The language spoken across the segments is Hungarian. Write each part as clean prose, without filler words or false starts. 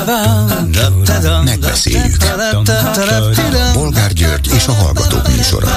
Megbeszéljük. Bolgár György és a Hallgatók műsora.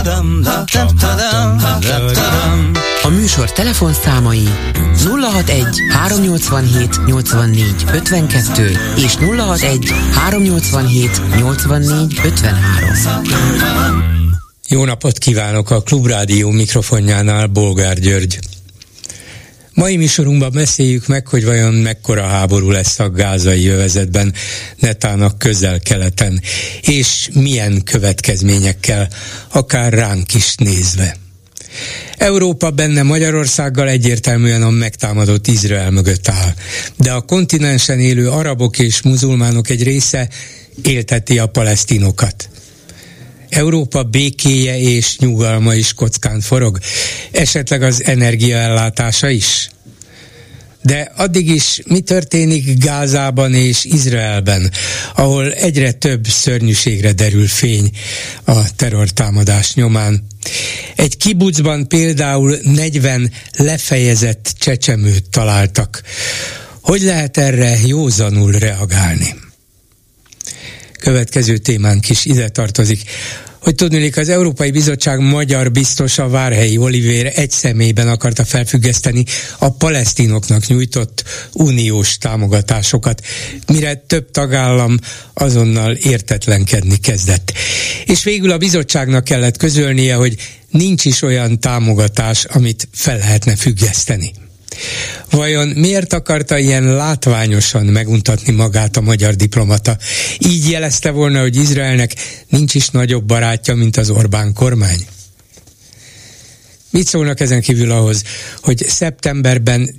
A műsor telefonszámai 061 387 84 52 és 061 387 84 53. Jó napot kívánok, a Klubrádió mikrofonjánál Bolgár György. Mai műsorunkban beszéljük meg, hogy vajon mekkora háború lesz a gázai övezetben, netán a Közel-Keleten, és milyen következményekkel, akár ránk is nézve. Európa benne Magyarországgal egyértelműen a megtámadott Izrael mögött áll, de a kontinensen élő arabok és muzulmánok egy része élteti a palesztinokat. Európa békéje és nyugalma is kockán forog, esetleg az energiaellátása is. De addig is mi történik Gázában és Izraelben, ahol egyre több szörnyűségre derül fény a terrortámadás nyomán. Egy kibucban például 40 lefejezett csecsemőt találtak. Hogy lehet erre józanul reagálni? Következő témánk is ide tartozik. Hogy tudniillik, az Európai Bizottság magyar biztosa, Várhelyi Olivér egy személyben akarta felfüggeszteni a palesztinoknak nyújtott uniós támogatásokat, mire több tagállam azonnal értetlenkedni kezdett. És végül a bizottságnak kellett közölnie, hogy nincs is olyan támogatás, amit fel lehetne függeszteni. Vajon miért akarta ilyen látványosan meguntatni magát a magyar diplomata? Így jelezte volna, hogy Izraelnek nincs is nagyobb barátja, mint az Orbán kormány? Mit szólnak ezen kívül ahhoz, hogy szeptemberben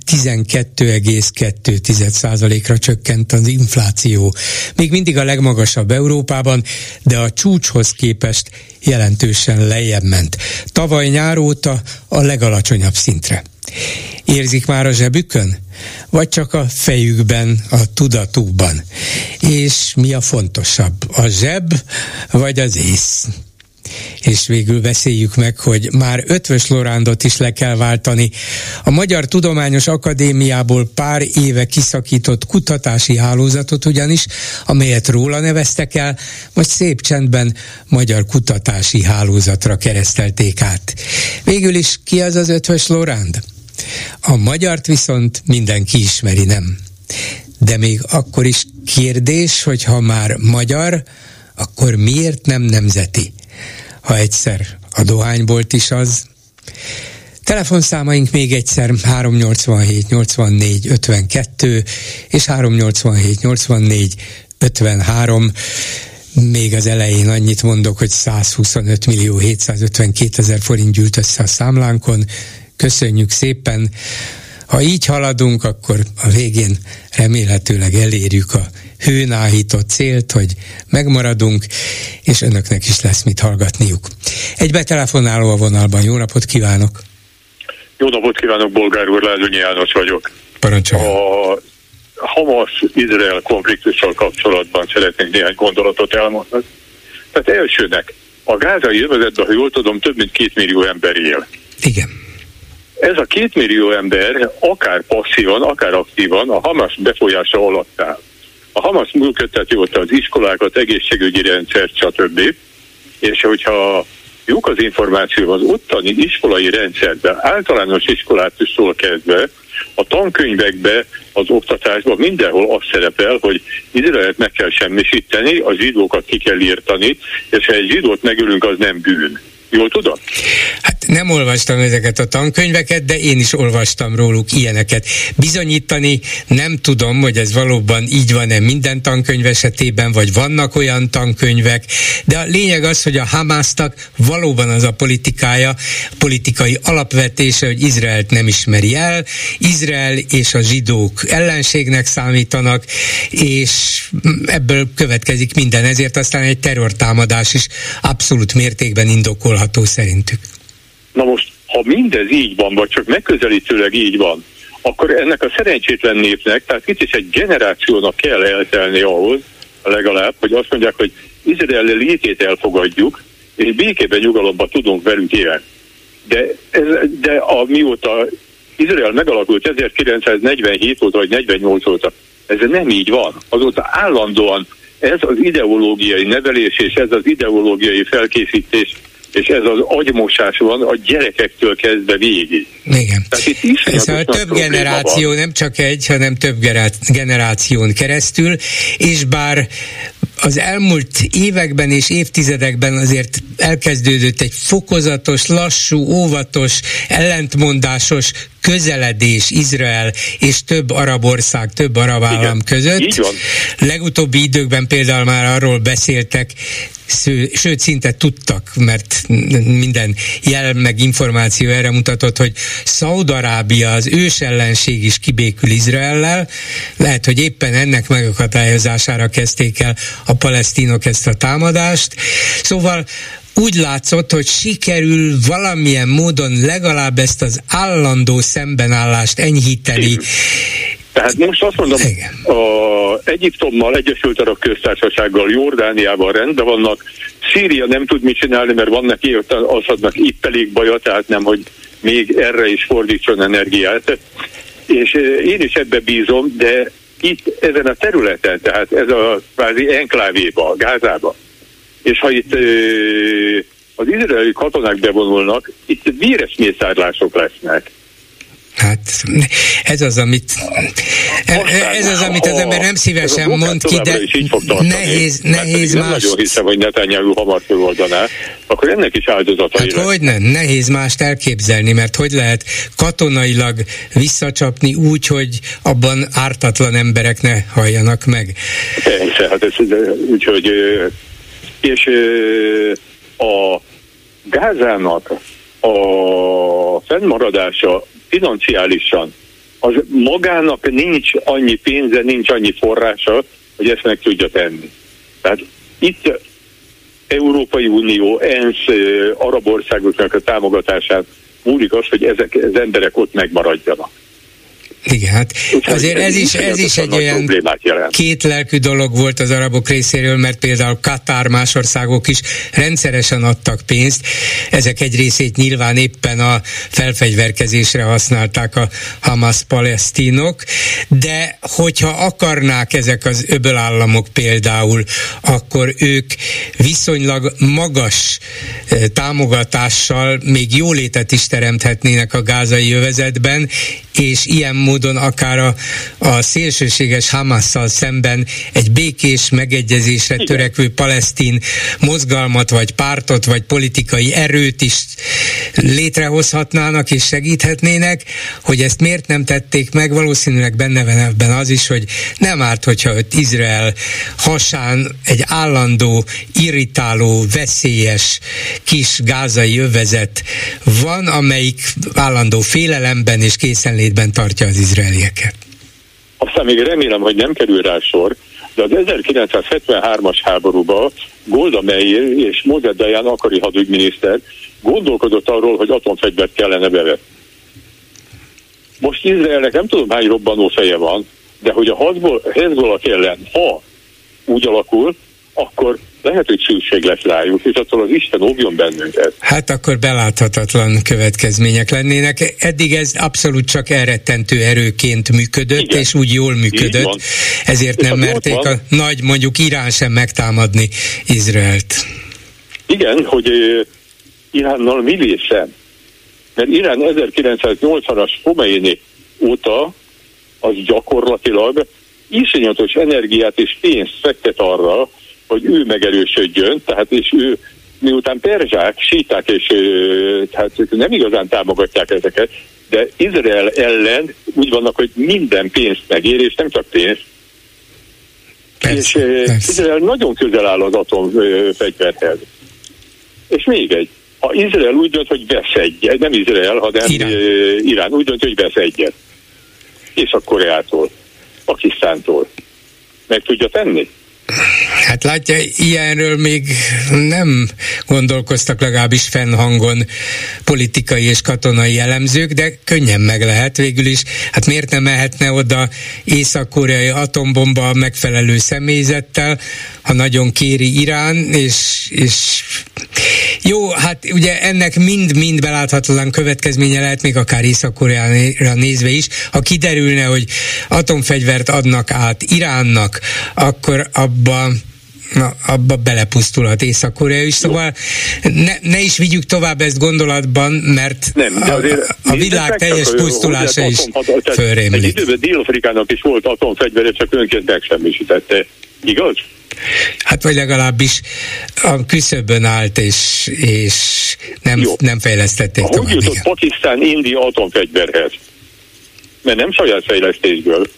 12,2%-ra csökkent az infláció? Még mindig a legmagasabb Európában, de a csúcshoz képest jelentősen lejjebb ment. Tavaly nyár óta a legalacsonyabb szintre. Érzik már a zsebükön? Vagy csak a fejükben, a tudatukban? És mi a fontosabb? A zseb, vagy az ész? És végül beszéljük meg, hogy már Eötvös Lorándot is le kell váltani. A Magyar Tudományos Akadémiából pár éve kiszakított kutatási hálózatot ugyanis, amelyet róla neveztek el, most szép csendben Magyar Kutatási Hálózatra keresztelték át. Végül is ki az az Eötvös Loránd? A magyart viszont mindenki ismeri, nem? De még akkor is kérdés, hogy ha már magyar, akkor miért nem nemzeti? Ha egyszer a dohánybolt is az. Telefonszámaink még egyszer 387 84 52 és 387 84 53. Még az elején annyit mondok, hogy 125 millió 752 000 forint gyűlt össze a számlánkon. Köszönjük szépen! Ha így haladunk, akkor a végén remélhetőleg elérjük a hőn áhított célt, hogy megmaradunk, és önöknek is lesz mit hallgatniuk. Egy betelefonáló a vonalban. Jó napot kívánok! Jó napot kívánok, Bolgár úr, Lázonyi János vagyok. Parancsoljon! A Hamas-Izrael konfliktussal kapcsolatban szeretnék néhány gondolatot elmondani. Tehát elsőnek, a gázai övezetben, ha jól tudom, több mint 2 millió ember él. Igen. Ez a 2 millió ember akár passzívan, akár aktívan a Hamas befolyása alatt áll. A Hamas működteti ott az iskolákat, egészségügyi rendszert, stb. És hogyha jók az információ az ottani iskolai rendszerben, általános iskolától kezdve, a tankönyvekbe, az oktatásban mindenhol az szerepel, hogy Izraelt meg kell semmisíteni, a zsidókat ki kell írtani, és ha egy zsidót megölünk, az nem bűn. Jól tudom? Hát nem olvastam ezeket a tankönyveket, de én is olvastam róluk ilyeneket. Bizonyítani nem tudom, hogy ez valóban így van-e minden tankönyv esetében, vagy vannak olyan tankönyvek, de a lényeg az, hogy a Hamásznak valóban az a politikai alapvetése, hogy Izraelt nem ismeri el, Izrael és a zsidók ellenségnek számítanak, és ebből következik minden, ezért aztán egy terrortámadás is abszolút mértékben indokolható szerintük. Na most, ha mindez így van, vagy csak megközelítőleg így van, akkor ennek a szerencsétlen népnek, tehát itt is egy generációnak kell eltelni ahhoz, legalább, hogy azt mondják, hogy Izrael létét elfogadjuk, és békében, nyugalomban tudunk velük élni. De mióta Izrael megalakult 1947 óta, vagy 48 óta, Ez nem így van. Azóta állandóan ez az ideológiai nevelés, és ez az ideológiai felkészítés, és ez az agymosás van a gyerekektől kezdve végig. Igen. Ez a több generáció, nem csak egy, hanem több generáción keresztül, és bár az elmúlt években és évtizedekben azért elkezdődött egy fokozatos, lassú, óvatos, ellentmondásos közeledés Izrael és több arab ország, több arab állam között. Legutóbbi időkben például már arról beszéltek, sőt szinte tudtak, mert minden jel meg információ erre mutatott, hogy Szaúd-Arábia, az ősellenség is kibékül Izraellel. Lehet, hogy éppen ennek megakadályozására kezdték el a palesztinok ezt a támadást. Szóval úgy látszott, hogy sikerül valamilyen módon legalább ezt az állandó szembenállást enyhíteni. Tehát most azt mondom, Egyiptommal, Egyesült Arab Köztársasággal, Jordániával rendben vannak, Szíria nem tud mit csinálni, mert van neki Assadnak itt elég baja, tehát nem, hogy még erre is fordítson energiát. És én is ebbe bízom, de itt ezen a területen, tehát ez a kvázi enklávéba, Gázába, és ha itt az izraeli katonák bevonulnak, itt véres mészárlások lesznek. Hát ez az, amit az ember nem szívesen mond ki, de nehéz más. Nem nagyon hiszem, hogy Netanyahu hamar föloldaná, akkor ennek is áldozatai lesz. Hát hogy nem, nehéz mást elképzelni, mert hogy lehet katonailag visszacsapni úgy, hogy abban ártatlan emberek ne halljanak meg. Persze, hát ez úgyhogy és a Gázának a fennmaradása financiálisan, az magának nincs annyi pénze, nincs annyi forrása, hogy ezt meg tudja tenni. Tehát itt Európai Unió, ENSZ, arab országoknak a támogatásán múlik az, hogy ezek az emberek ott megmaradjanak. Igen, hát azért ez is egy olyan kétlelkű dolog volt az arabok részéről, mert például Katár, más országok is rendszeresen adtak pénzt. Ezek egy részét nyilván éppen a felfegyverkezésre használták a Hamas palesztinok, de hogyha akarnák ezek az öbölállamok például, akkor ők viszonylag magas támogatással még jólétet is teremthetnének a gázai övezetben, és ilyen módon akár a szélsőséges Hamasszal szemben egy békés megegyezésre törekvő palesztin mozgalmat, vagy pártot, vagy politikai erőt is létrehozhatnának és segíthetnének. Hogy ezt miért nem tették meg, valószínűleg benne van ebben az is, hogy nem árt, hogyha Izrael hasán egy állandó, irritáló, veszélyes kis gázai övezet van, amelyik állandó félelemben és készenlétben tartja az izraelieket. Aztán még remélem, hogy nem kerül rá sor, de az 1973-as háborúban Golda Meir és Moshe Dayan akkori hadügyminiszter gondolkodott arról, hogy atomfegyvert kellene bevetni. Most Izraelnek nem tudom hány robbanó feje van, de hogy a Hezbollah ellen, ha úgy alakul, akkor lehet, hogy szükség lesz rájuk, és attól az Isten óvjon bennünket. Hát akkor beláthatatlan következmények lennének. Eddig ez abszolút csak elrettentő erőként működött, igen, és úgy jól működött. Ezért és nem merték a nagy, mondjuk Irán sem megtámadni Izraelt. Igen, hogy Iránnal mi lészen? Mert Irán 1980-as Khomeini óta az gyakorlatilag iszonyatos energiát és pénzt fektet arra, hogy ő megerősödjön, tehát és ő miután perzsák, síták, és tehát nem igazán támogatják ezeket, de Izrael ellen úgy vannak, hogy minden pénzt megér, és nem csak pénzt. Persze, és Izrael nagyon közel áll az atomfegyverhez. És még egy, ha Izrael úgy dönt, hogy vesz egyet, nem Izrael, hanem Irán úgy dönt, hogy vesz egyet Észak-Koreától, Pakisztántól, meg tudja tenni? Hát látja, ilyenről még nem gondolkoztak legalábbis fennhangon politikai és katonai elemzők, de könnyen meg lehet végül is. Hát miért nem mehetne oda észak-koreai atombomba megfelelő személyzettel, ha nagyon kéri Irán, és Jó, hát ugye ennek mind beláthatatlan következménye lehet, még akár Észak-Koreára nézve is. Ha kiderülne, hogy atomfegyvert adnak át Iránnak, akkor abba belepusztulhat Észak-Korea is, szóval ne is vigyük tovább ezt gondolatban, mert a világ teljes pusztulása is fölrémlik. Egy időben Dél-Afrikának is volt atomfegyvere, csak önként megsemmisítette. Igaz? Hát vagy legalábbis a küszöbön állt, és nem fejlesztették tovább. Hogy jutott Pakisztán India atomfegyverhez? Mert nem saját fejlesztésből.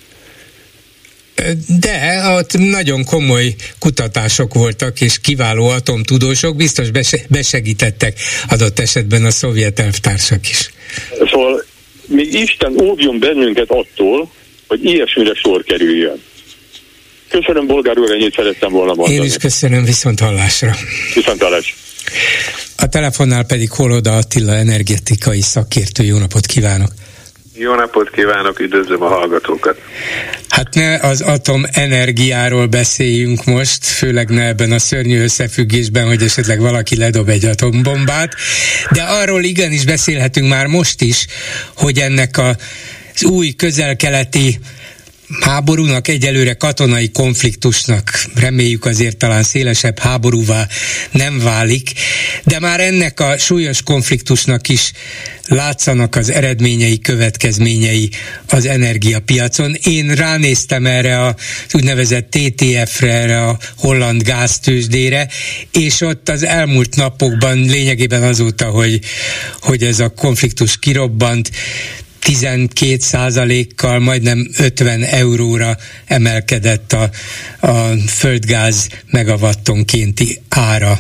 De ott nagyon komoly kutatások voltak, és kiváló atomtudósok biztos besegítettek adott esetben a szovjet elvtársak is. Szóval még Isten óvjon bennünket attól, hogy ilyesmire sor kerüljön. Köszönöm, Bolgár úr, ennyit szerettem volna mondani. Én is köszönöm, viszont hallásra. Viszont hallás. A telefonnál pedig Holoda Attila energetikai szakértő. Jó napot kívánok! Jó napot kívánok, üdvözlöm a hallgatókat! Hát ne az atomenergiáról beszéljünk most, főleg ne ebben a szörnyű összefüggésben, hogy esetleg valaki ledob egy atombombát, de arról igenis beszélhetünk már most is, hogy ennek az új közel-keleti háborúnak, egyelőre katonai konfliktusnak, reméljük azért talán szélesebb háborúvá nem válik, de már ennek a súlyos konfliktusnak is látszanak az eredményei, következményei az energiapiacon. Én ránéztem erre az úgynevezett TTF-re, erre a holland gáztőzsdére, és ott az elmúlt napokban lényegében azóta, hogy ez a konfliktus kirobbant, 12%-kal majdnem 50 euróra emelkedett a földgáz megawattonkénti ára.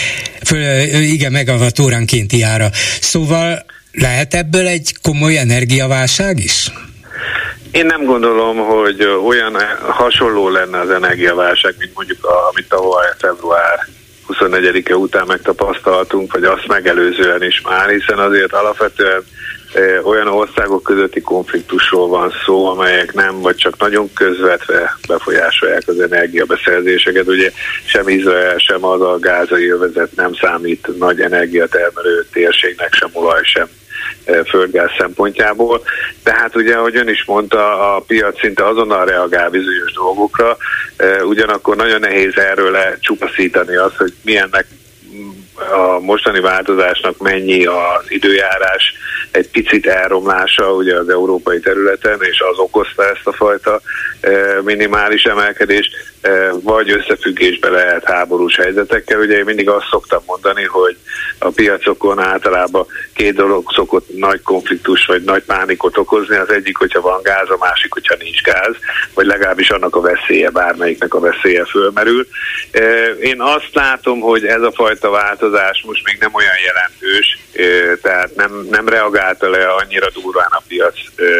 Megawattóránkénti ára. Szóval lehet ebből egy komoly energiaválság is? Én nem gondolom, hogy olyan hasonló lenne az energiaválság, mint mondjuk amit tavaly február 24-e után megtapasztaltunk, vagy azt megelőzően is már, hiszen azért alapvetően olyan országok közötti konfliktusról van szó, amelyek nem, vagy csak nagyon közvetve befolyásolják az energiabeszerzéseket. Ugye sem Izrael, sem az a gázai övezet nem számít nagy energiatermelő térségnek, sem olaj, sem földgáz szempontjából. Tehát ugye, ahogy ön is mondta, a piac szinte azonnal reagál bizonyos dolgokra, ugyanakkor nagyon nehéz erről lecsupaszítani azt, hogy milyennek a mostani változásnak mennyi az időjárás egy picit elromlása ugye az európai területen, és az okozta ezt a fajta minimális emelkedést, vagy összefüggésbe lehet háborús helyzetekkel. Ugye én mindig azt szoktam mondani, hogy a piacokon általában két dolog szokott nagy konfliktus vagy nagy pánikot okozni. Az egyik, hogyha van gáz, a másik, hogyha nincs gáz, vagy legalábbis annak a veszélye, bármelyiknek a veszélye fölmerül. Én azt látom, hogy ez a fajta változás most még nem olyan jelentős, tehát nem reagálta le annyira durván a piac,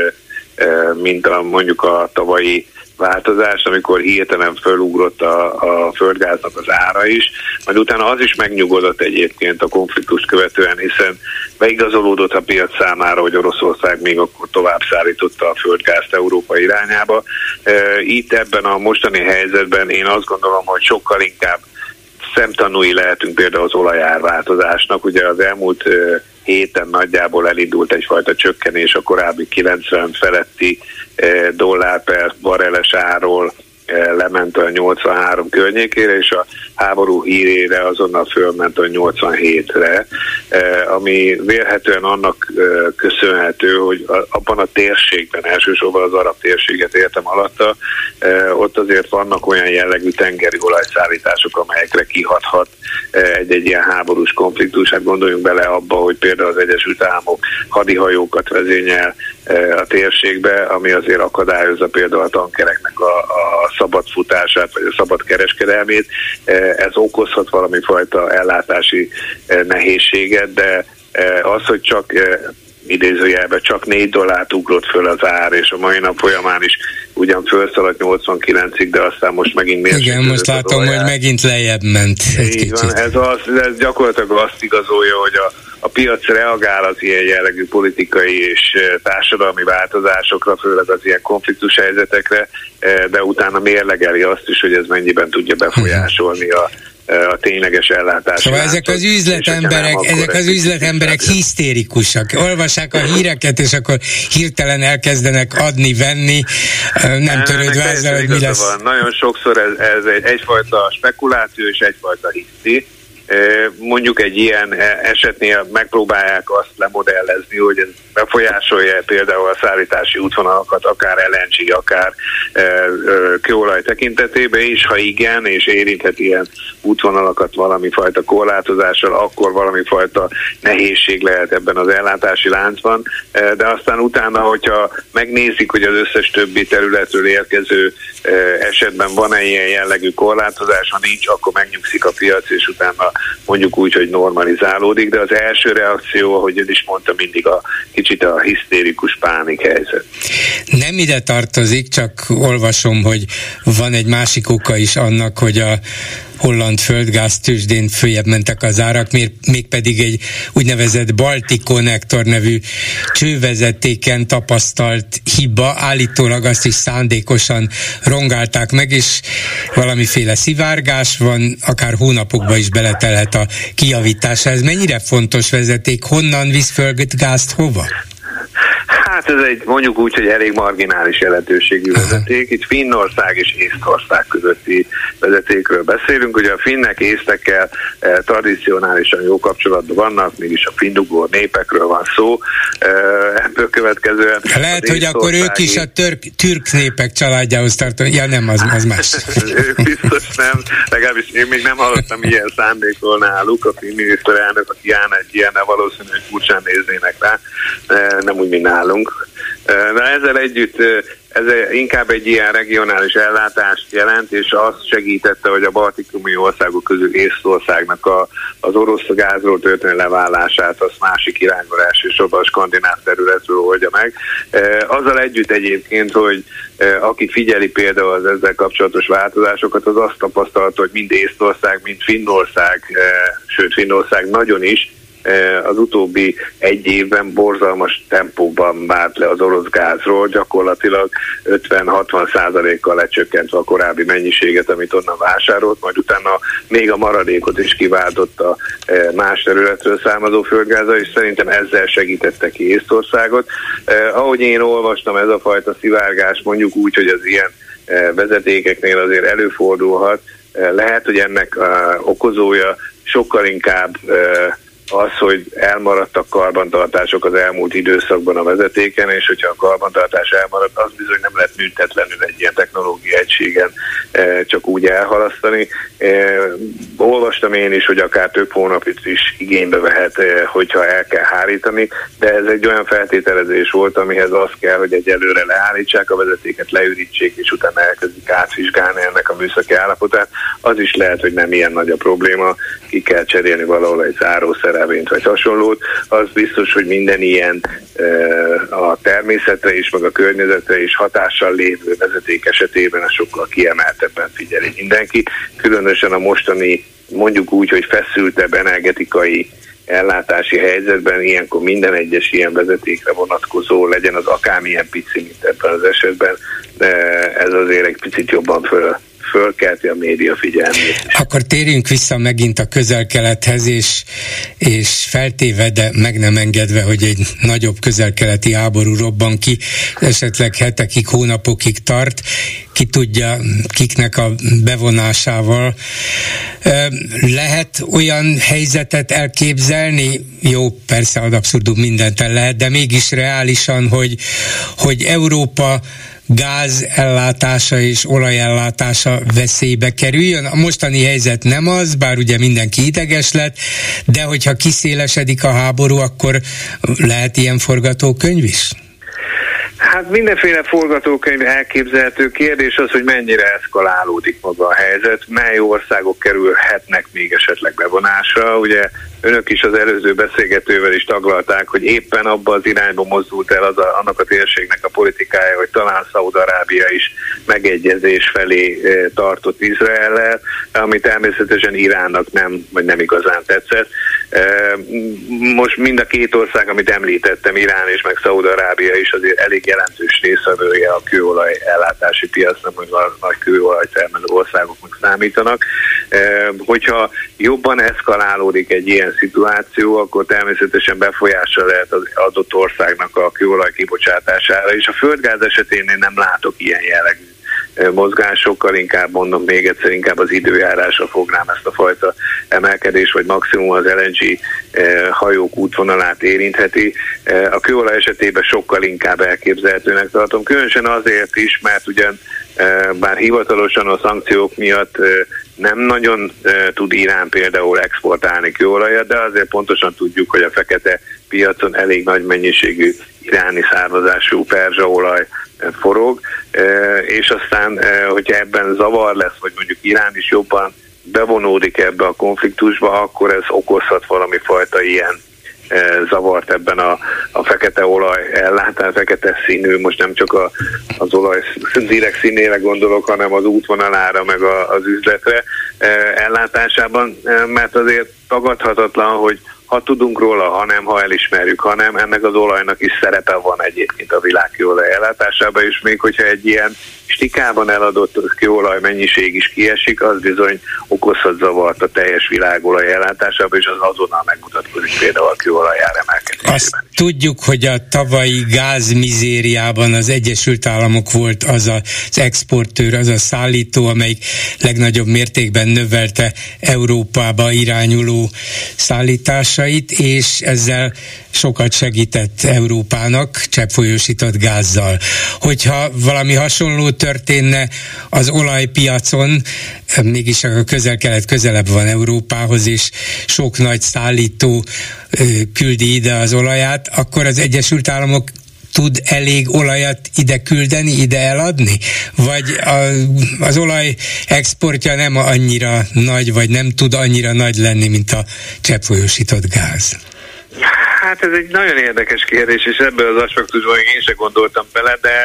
mint mondjuk a tavalyi változás, amikor hirtelen fölugrott a földgáznak az ára is, majd utána az is megnyugodott egyébként a konfliktust követően, hiszen beigazolódott a piac számára, hogy Oroszország még akkor tovább szállította a földgázt Európa irányába. Itt ebben a mostani helyzetben én azt gondolom, hogy sokkal inkább szemtanúi lehetünk például az olajárváltozásnak. Ugye az elmúlt héten nagyjából elindult egyfajta csökkenés a korábbi 90 feletti dollár per barreles árról lement a 83 környékére, és a háború hírére azonnal fölment a 87-re, ami vélhetően annak köszönhető, hogy abban a térségben, elsősorban az arab térséget értem alatta, ott azért vannak olyan jellegű tengeri olajszállítások, amelyekre kihathat egy ilyen háborús konfliktus. Hát gondoljunk bele abba, hogy például az Egyesült Államok hadihajókat vezényel a térségbe, ami azért akadályozza például a tankereknek a szabad futását, vagy a szabad kereskedelmét. Ez okozhat valami fajta ellátási nehézséget, de az, hogy csak idézőjelben csak $4 ugrott föl az ár, és a mai nap folyamán is ugyan felszaladt 89-ig, de aztán most megint mérséklődött. Igen, most látom, hogy megint lejjebb ment egy kicsit. Van, ez gyakorlatilag azt igazolja, hogy a piac reagál az ilyen jellegű politikai és társadalmi változásokra, főleg az ilyen konfliktus helyzetekre, de utána mérlegeli azt is, hogy ez mennyiben tudja befolyásolni a tényleges ellátás. Szóval ezek az üzletemberek hisztérikusak. Olvassák a híreket, és akkor hirtelen elkezdenek adni, venni, nem törődve ezzel, hogy mi lesz. Van. Nagyon sokszor ez egyfajta spekuláció és egyfajta hiszti. Mondjuk egy ilyen esetnél megpróbálják azt lemodellezni, hogy ez befolyásolja például a szállítási útvonalakat, akár LNG, akár kőolaj tekintetében is, ha igen, és érinthet ilyen útvonalakat valami fajta korlátozással, akkor valami fajta nehézség lehet ebben az ellátási láncban, de aztán utána, hogyha megnézik, hogy az összes többi területről érkező esetben van-e ilyen jellegű korlátozás, ha nincs, akkor megnyugszik a piac, és utána mondjuk úgy, hogy normalizálódik, de az első reakció, ahogy ön is mondta, mindig kicsit a hisztérikus pánik helyzet. Nem ide tartozik, csak olvasom, hogy van egy másik oka is annak, hogy a holland földgáztőzsdén följebb mentek az árak, mégpedig egy úgynevezett Baltic Connector nevű csővezetéken tapasztalt hiba, állítólag azt is szándékosan rongálták meg, és valamiféle szivárgás van, akár hónapokba is beletelhet a kijavítása. Ez mennyire fontos vezeték? Honnan visz földgázt hova? Hát ez egy mondjuk úgy, hogy elég marginális jelentőségű vezeték. Itt Finnország és Észtország közötti vezetékről beszélünk. Ugye a finnek észtekkel tradicionálisan jó kapcsolatban vannak, mégis a finnugor népekről van szó. Ebből következően... Lehet, hogy akkor ők is a türk népek családjához tartanak. Ja nem, az más. Ők biztos nem, legalábbis én még nem hallottam ilyen szándékról náluk. A finn miniszterelnök, aki állna egy ilyennel, valószínűleg furcsán néznének rá, nem úgy, mint nálunk. De ezzel együtt ez inkább egy ilyen regionális ellátást jelent, és azt segítette, hogy a baltikumi országok közül Észtországnak az orosz gázról történő leválását azt másik irányba, elsősorban a skandináv területről oldja meg. Azzal együtt egyébként, hogy aki figyeli például az ezzel kapcsolatos változásokat, az azt tapasztalta, hogy mind Észtország, mind Finnország, sőt Finnország nagyon is az utóbbi egy évben borzalmas tempóban vált le az orosz gázról, gyakorlatilag 50-60%-kal lecsökkentve a korábbi mennyiséget, amit onnan vásárolt, majd utána még a maradékot is kiváltotta más területről származó földgáza, és szerintem ezzel segítette ki Észtországot. Ahogy én olvastam, ez a fajta szivárgás mondjuk úgy, hogy az ilyen vezetékeknél azért előfordulhat. Lehet, hogy ennek okozója sokkal inkább az, hogy elmaradtak karbantartások az elmúlt időszakban a vezetéken, és hogyha a karbantartás elmaradt, az bizony nem lehet büntetlenül egy ilyen technológiai egységen csak úgy elhalasztani. Olvastam én is, hogy akár több hónapot is igénybe vehet, hogyha el kell hárítani, de ez egy olyan feltételezés volt, amihez az kell, hogy egyelőre leállítsák a vezetéket, leürítsék, és utána elkezdik átvizsgálni ennek a műszaki állapotát. Az is lehet, hogy nem ilyen nagy a probléma, ki kell cserélni valahol egy zárószerelvényt vagy hasonlót. Az biztos, hogy minden ilyen a természetre is, meg a környezetre is hatással lévő vezeték esetében sokkal kiemeltebben figyeli mindenki. Különösen a mostani, mondjuk úgy, hogy feszültebb energetikai ellátási helyzetben ilyenkor minden egyes ilyen vezetékre vonatkozó, legyen az akármilyen pici, mint ebben az esetben, de ez azért egy picit jobban fölkelti a média figyelmét. Akkor térjünk vissza megint a Közel-Kelethez, és feltéve, de meg nem engedve, hogy egy nagyobb közel-keleti háború robban ki, esetleg hetekig, hónapokig tart, ki tudja, kiknek a bevonásával. Lehet olyan helyzetet elképzelni, jó, persze ad abszurdum mindent el lehet, de mégis reálisan, hogy Európa gáz ellátása és olajellátása veszélybe kerüljön. A mostani helyzet nem az, bár ugye mindenki ideges lett, de hogyha kiszélesedik a háború, akkor lehet ilyen forgatókönyv is? Hát mindenféle forgatókönyv elképzelhető. Kérdés az, hogy mennyire eszkalálódik maga a helyzet, mely országok kerülhetnek még esetleg bevonásra. Ugye önök is az előző beszélgetővel is taglalták, hogy éppen abba az irányba mozdult el annak a térségnek a politikája, hogy talán Szaúd-Arábia is megegyezés felé tartott Izraellel, ami természetesen Iránnak nem igazán tetszett. Most mind a két ország, amit említettem, Irán és meg Szaúd-Arábia is azért elég jelentős részvevője a kőolaj ellátási piacnak, hogy a nagy kőolaj termelő országoknak számítanak. Hogyha jobban eszkalálódik egy ilyen szituáció, akkor természetesen befolyással lehet az adott országnak a kőolaj kibocsátására, és a földgáz esetén én nem látok ilyen jellegű mozgásokkal, inkább mondom még egyszer, inkább az időjárásra fognám ezt a fajta emelkedés, vagy maximum az LNG hajók útvonalát érintheti. A kőolaj esetében sokkal inkább elképzelhetőnek tartom, különösen azért is, mert ugyan bár hivatalosan a szankciók miatt nem nagyon tud Irán például exportálni kőolajat, de azért pontosan tudjuk, hogy a fekete piacon elég nagy mennyiségű iráni származású perzsaolaj forog, és aztán, hogyha ebben zavar lesz, vagy mondjuk Irán is jobban bevonódik ebbe a konfliktusba, akkor ez okozhat valami fajta ilyen zavart ebben a fekete olaj ellátás, fekete színű, most nem csak az olaj direkt színére gondolok, hanem az útvonalára, meg az üzletre ellátásában, mert azért tagadhatatlan, hogy ha tudunk róla, ha elismerjük, hanem ennek az olajnak is szerepe van egyébként a világ kőolaj ellátásában, és még hogyha egy ilyen stikában eladott kőolaj mennyiség is kiesik, az bizony okozhat zavart a teljes világolaj ellátásában, és az azonnal megmutatkozik például a kőolajár emelkedésében. Azt tudjuk, hogy a tavalyi gázmizériában az Egyesült Államok volt az az exportőr, az a szállító, amelyik legnagyobb mértékben növelte Európába irányuló szállításait, és ezzel sokat segített Európának cseppfolyósított gázzal. Hogyha valami hasonló történne az olajpiacon, mégis a Közel-Kelet közelebb van Európához, és sok nagy szállító küldi ide az olaját, akkor az Egyesült Államok tud elég olajat ide küldeni, ide eladni? Vagy az olaj exportja nem annyira nagy, vagy nem tud annyira nagy lenni, mint a cseppfolyósított gáz? Hát ez egy nagyon érdekes kérdés, és ebből az aspektusban én sem gondoltam bele, de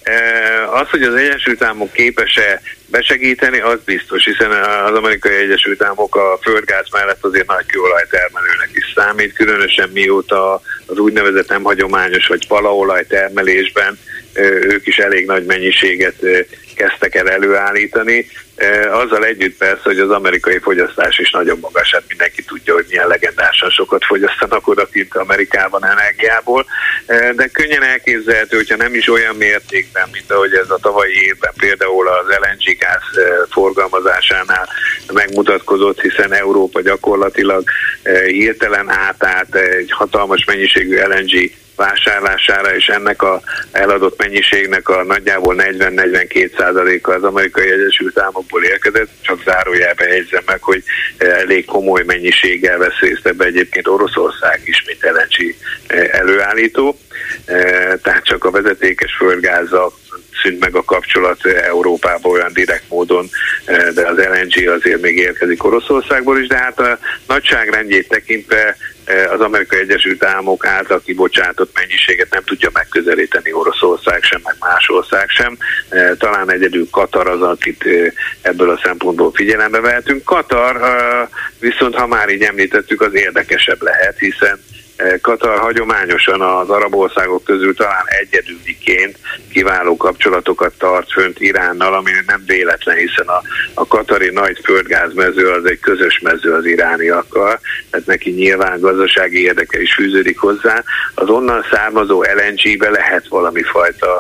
az, hogy az Egyesült Államok képes-e besegíteni, az biztos, hiszen az Amerikai Egyesült Államok a földgáz mellett azért nagy kőolajtermelőnek is számít, különösen mióta az úgynevezett nem hagyományos vagy palaolaj termelésben ők is elég nagy mennyiséget kezdtek el előállítani. Azzal együtt persze, hogy az amerikai fogyasztás is nagyon magas, hát mindenki tudja, hogy milyen legendásan sokat fogyasztanak odakint Amerikában energiából, de könnyen elképzelhető, hogyha nem is olyan mértékben, mint ahogy ez a tavalyi évben például az LNG gáz forgalmazásánál megmutatkozott, hiszen Európa gyakorlatilag hirtelen átállt egy hatalmas mennyiségű LNG vásárlására, és ennek a eladott mennyiségnek a nagyjából 40-42%-a az Amerikai Egyesült Államokból érkezett, csak zárójelben jegyzem meg, hogy elég komoly mennyiséggel vesz részt ebbe egyébként Oroszország is, mint LNG előállító, tehát csak a vezetékes földgázzal szűnt meg a kapcsolat Európában olyan direkt módon, de az LNG azért még érkezik Oroszországból is, de hát a nagyságrendjét tekintve az Amerikai Egyesült Államok által kibocsátott mennyiséget nem tudja megközelíteni Oroszország sem, meg más ország sem. Talán egyedül Katar az, akit ebből a szempontból figyelembe vehetünk. Katar viszont, ha már így említettük, az érdekesebb lehet, hiszen Katar hagyományosan az arab országok közül talán egyedüliként kiváló kapcsolatokat tart fönt Iránnal, ami nem véletlen, hiszen a katari nagy földgázmező az egy közös mező az irániakkal, tehát neki nyilván gazdasági érdeke is fűződik hozzá. Az onnan származó LNG-be lehet valami fajta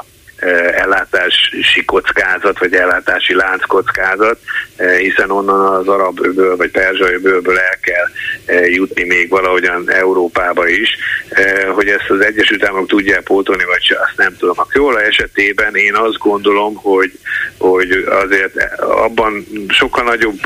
ellátási kockázat, vagy ellátási lánckockázat, hiszen onnan az arab öböl, vagy perzsa öbölből el kell jutni még valahogyan Európába is. Hogy ezt az Egyesült Államok tudják pótolni, vagy se, azt nem tudom. A kőolaj esetében én azt gondolom, hogy azért abban sokkal nagyobb,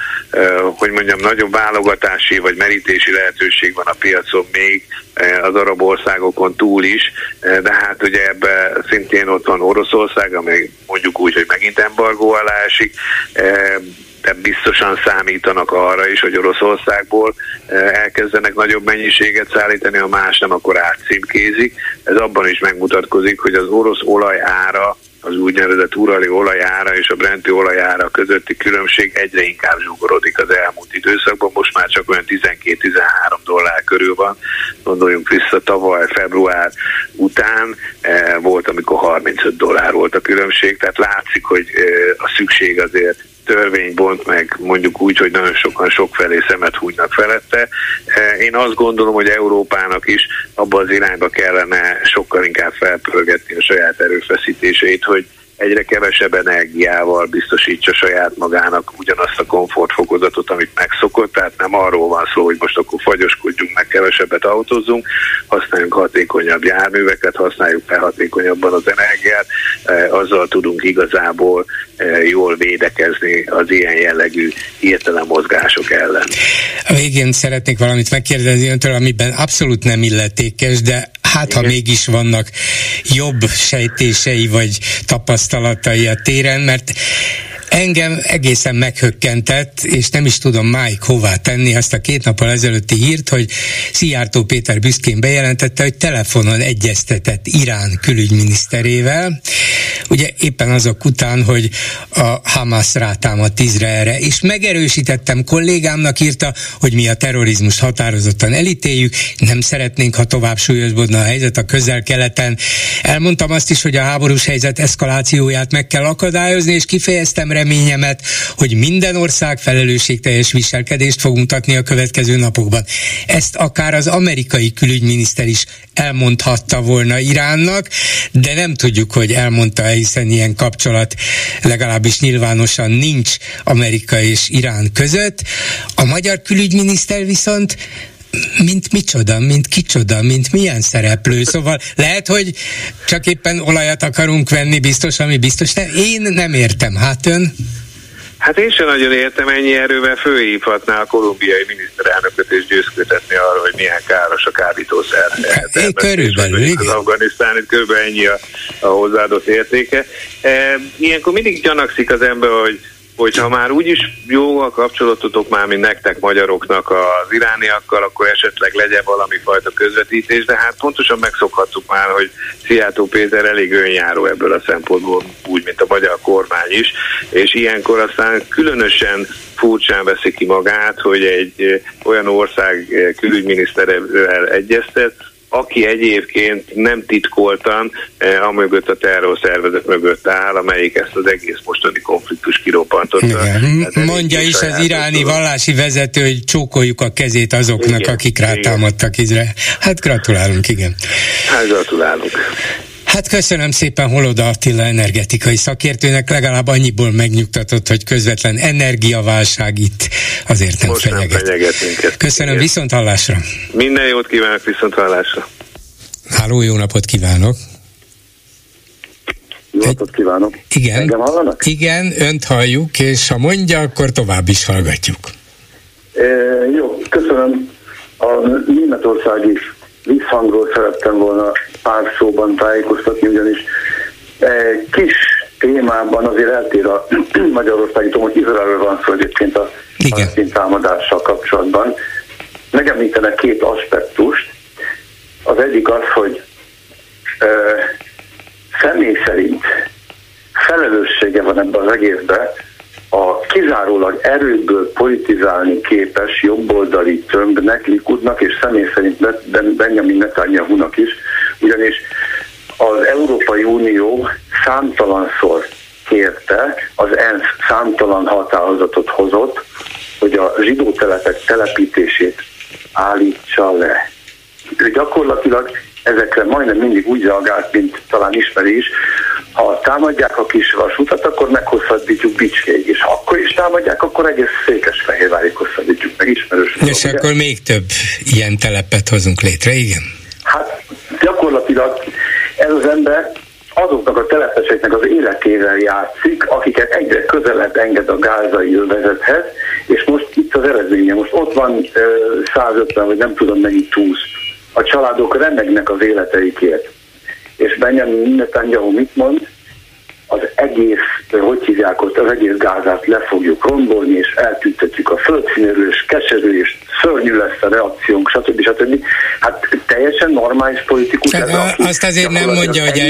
nagyobb válogatási vagy merítési lehetőség van a piacon még az arab országokon túl is, de hát ugye ebben szintén ott van Oroszország, amely mondjuk úgy, hogy megint embargó alá esik, de biztosan számítanak arra is, hogy Oroszországból elkezdenek nagyobb mennyiséget szállítani, ha más nem, akkor átcímkézik. Ez abban is megmutatkozik, hogy az orosz olaj ára, az úgynevezett urali olajára és a brenti olajára közötti különbség egyre inkább zsugorodik az elmúlt időszakban, most már csak olyan $12-13 körül van. Gondoljunk vissza, tavaly február után volt, amikor $35 volt a különbség, tehát látszik, hogy a szükség azért törvény bont meg, mondjuk úgy, hogy nagyon sokan sokfelé szemet húgynak felette. Én azt gondolom, hogy Európának is abba az irányba kellene sokkal inkább felpörgetni a saját erőfeszítéseit, hogy egyre kevesebb energiával biztosítsa saját magának ugyanazt a komfortfokozatot, amit megszokott, tehát nem arról van szó, hogy most akkor fagyoskodjunk, meg kevesebbet autózzunk, használjunk hatékonyabb járműveket, használjuk fel hatékonyabban az energiát, azzal tudunk igazából jól védekezni az ilyen jellegű hirtelen mozgások ellen. A végén szeretnék valamit megkérdezni öntől, amiben abszolút nem illetékes, de hát ha mégis vannak jobb sejtései vagy tapasztalatai a téren, mert engem egészen meghökkentett, és nem is tudom máig hová tenni azt a 2 nappal ezelőtti hírt, hogy Szijjártó Péter büszkén bejelentette, hogy telefonon egyeztetett Irán külügyminiszterével, ugye éppen azok után, hogy a Hamas rátámadt Izraelre, és megerősítettem, kollégámnak írta, hogy mi a terrorizmust határozottan elítéljük, nem szeretnénk, ha tovább súlyosbodna a helyzet a Közel-Keleten. Elmondtam azt is, hogy a háborús helyzet eszkalációját meg kell akadályozni, és kifejeztem reményemet, hogy minden ország felelősségteljes viselkedést fog mutatni a következő napokban. Ezt akár az amerikai külügyminiszter is elmondhatta volna Iránnak, de nem tudjuk, hogy elmondta, hiszen ilyen kapcsolat legalábbis nyilvánosan nincs Amerika és Irán között. A magyar külügyminiszter viszont mint micsoda, mint kicsoda, mint milyen szereplő. Szóval lehet, hogy csak éppen olajat akarunk venni, biztos, ami biztos. Én nem értem. Hát ön? Hát én sem nagyon értem, ennyi erővel fölhívhatná a kolumbiai miniszterelnököt és győzködtetni arra, hogy milyen káros a kábítószer. Körülbelül, igen. Az Afganisztán, itt körülbelül ennyi a hozzáadott értéke. Ilyenkor mindig gyanakszik az ember, hogy ha már úgyis jó a kapcsolatotok már, mint nektek magyaroknak az irániakkal, akkor esetleg legyen valami fajta közvetítés, de hát pontosan megszokhattuk már, hogy Szijjártó Péter elég önjáró ebből a szempontból, úgy, mint a magyar kormány is, és ilyenkor aztán különösen furcsán veszi ki magát, hogy egy olyan ország külügyminiszterével egyeztet, aki egyébként nem titkoltan amögött a terrorszervezet mögött áll, amelyik ezt az egész mostani konfliktus kirobbantotta. Hát mondja is az iráni vallási vezető, hogy csókoljuk a kezét azoknak, akik rátámadtak Izrael. Hát gratulálunk, igen. Hát gratulálunk. Hát köszönöm szépen Holoda Attila energetikai szakértőnek, legalább annyiból megnyugtatott, hogy közvetlen energiaválság itt azért nem fenyeget minket. Köszönöm, igen. Viszont hallásra. Minden jót kívánok, viszont hallásra. Háló, jó napot kívánok. Jó napot kívánok. Igen. Engem hallanak? Igen, önt halljuk, és ha mondja, akkor tovább is hallgatjuk. Jó, köszönöm. A németországi visszhangról szerettem volna pár szóban tájékoztatni, ugyanis kis témában azért eltér a magyarországi, hogy Izraelről van szó egyébként a palesztin támadással kapcsolatban. Megemlítenek 2 aspektust. Az egyik az, hogy személy szerint felelőssége van ebben az egészben a kizárólag erőből politizálni képes jobboldali tömbnek, Likudnak, és személy szerint Benjamin Netanyahunak is, ugyanis az Európai Unió számtalanszor kérte, az ENSZ számtalan határozatot hozott, hogy a zsidó telepek telepítését állítsa le. Ő gyakorlatilag ezekre majdnem mindig úgy reagált, mint talán ismeri is, ha támadják a kis vasutat, akkor meghosszabbítjuk Bicskéig, és ha akkor is támadják, akkor egész Székesfehérvárig hosszabbítjuk meg, ismerős. És ugye? Akkor még több ilyen telepet hozunk létre, igen? Hát gyakorlatilag ez az ember azoknak a telepeseknek az életével játszik, akiket egyre közelebb enged a gázai övezethez, és most itt az eredménye, most ott van 150, vagy nem tudom mennyi túsz. A családok remegnek az életeikért. És Benjamin Netanyahu mit mond? Az egész, hogy hívják ott, az egész Gázát le fogjuk rombolni, és eltüntetjük a földszínéről, és keserű, és szörnyű lesz a reakciónk, stb. Hát teljesen normális politikus. Azt azért nem mondja, hogy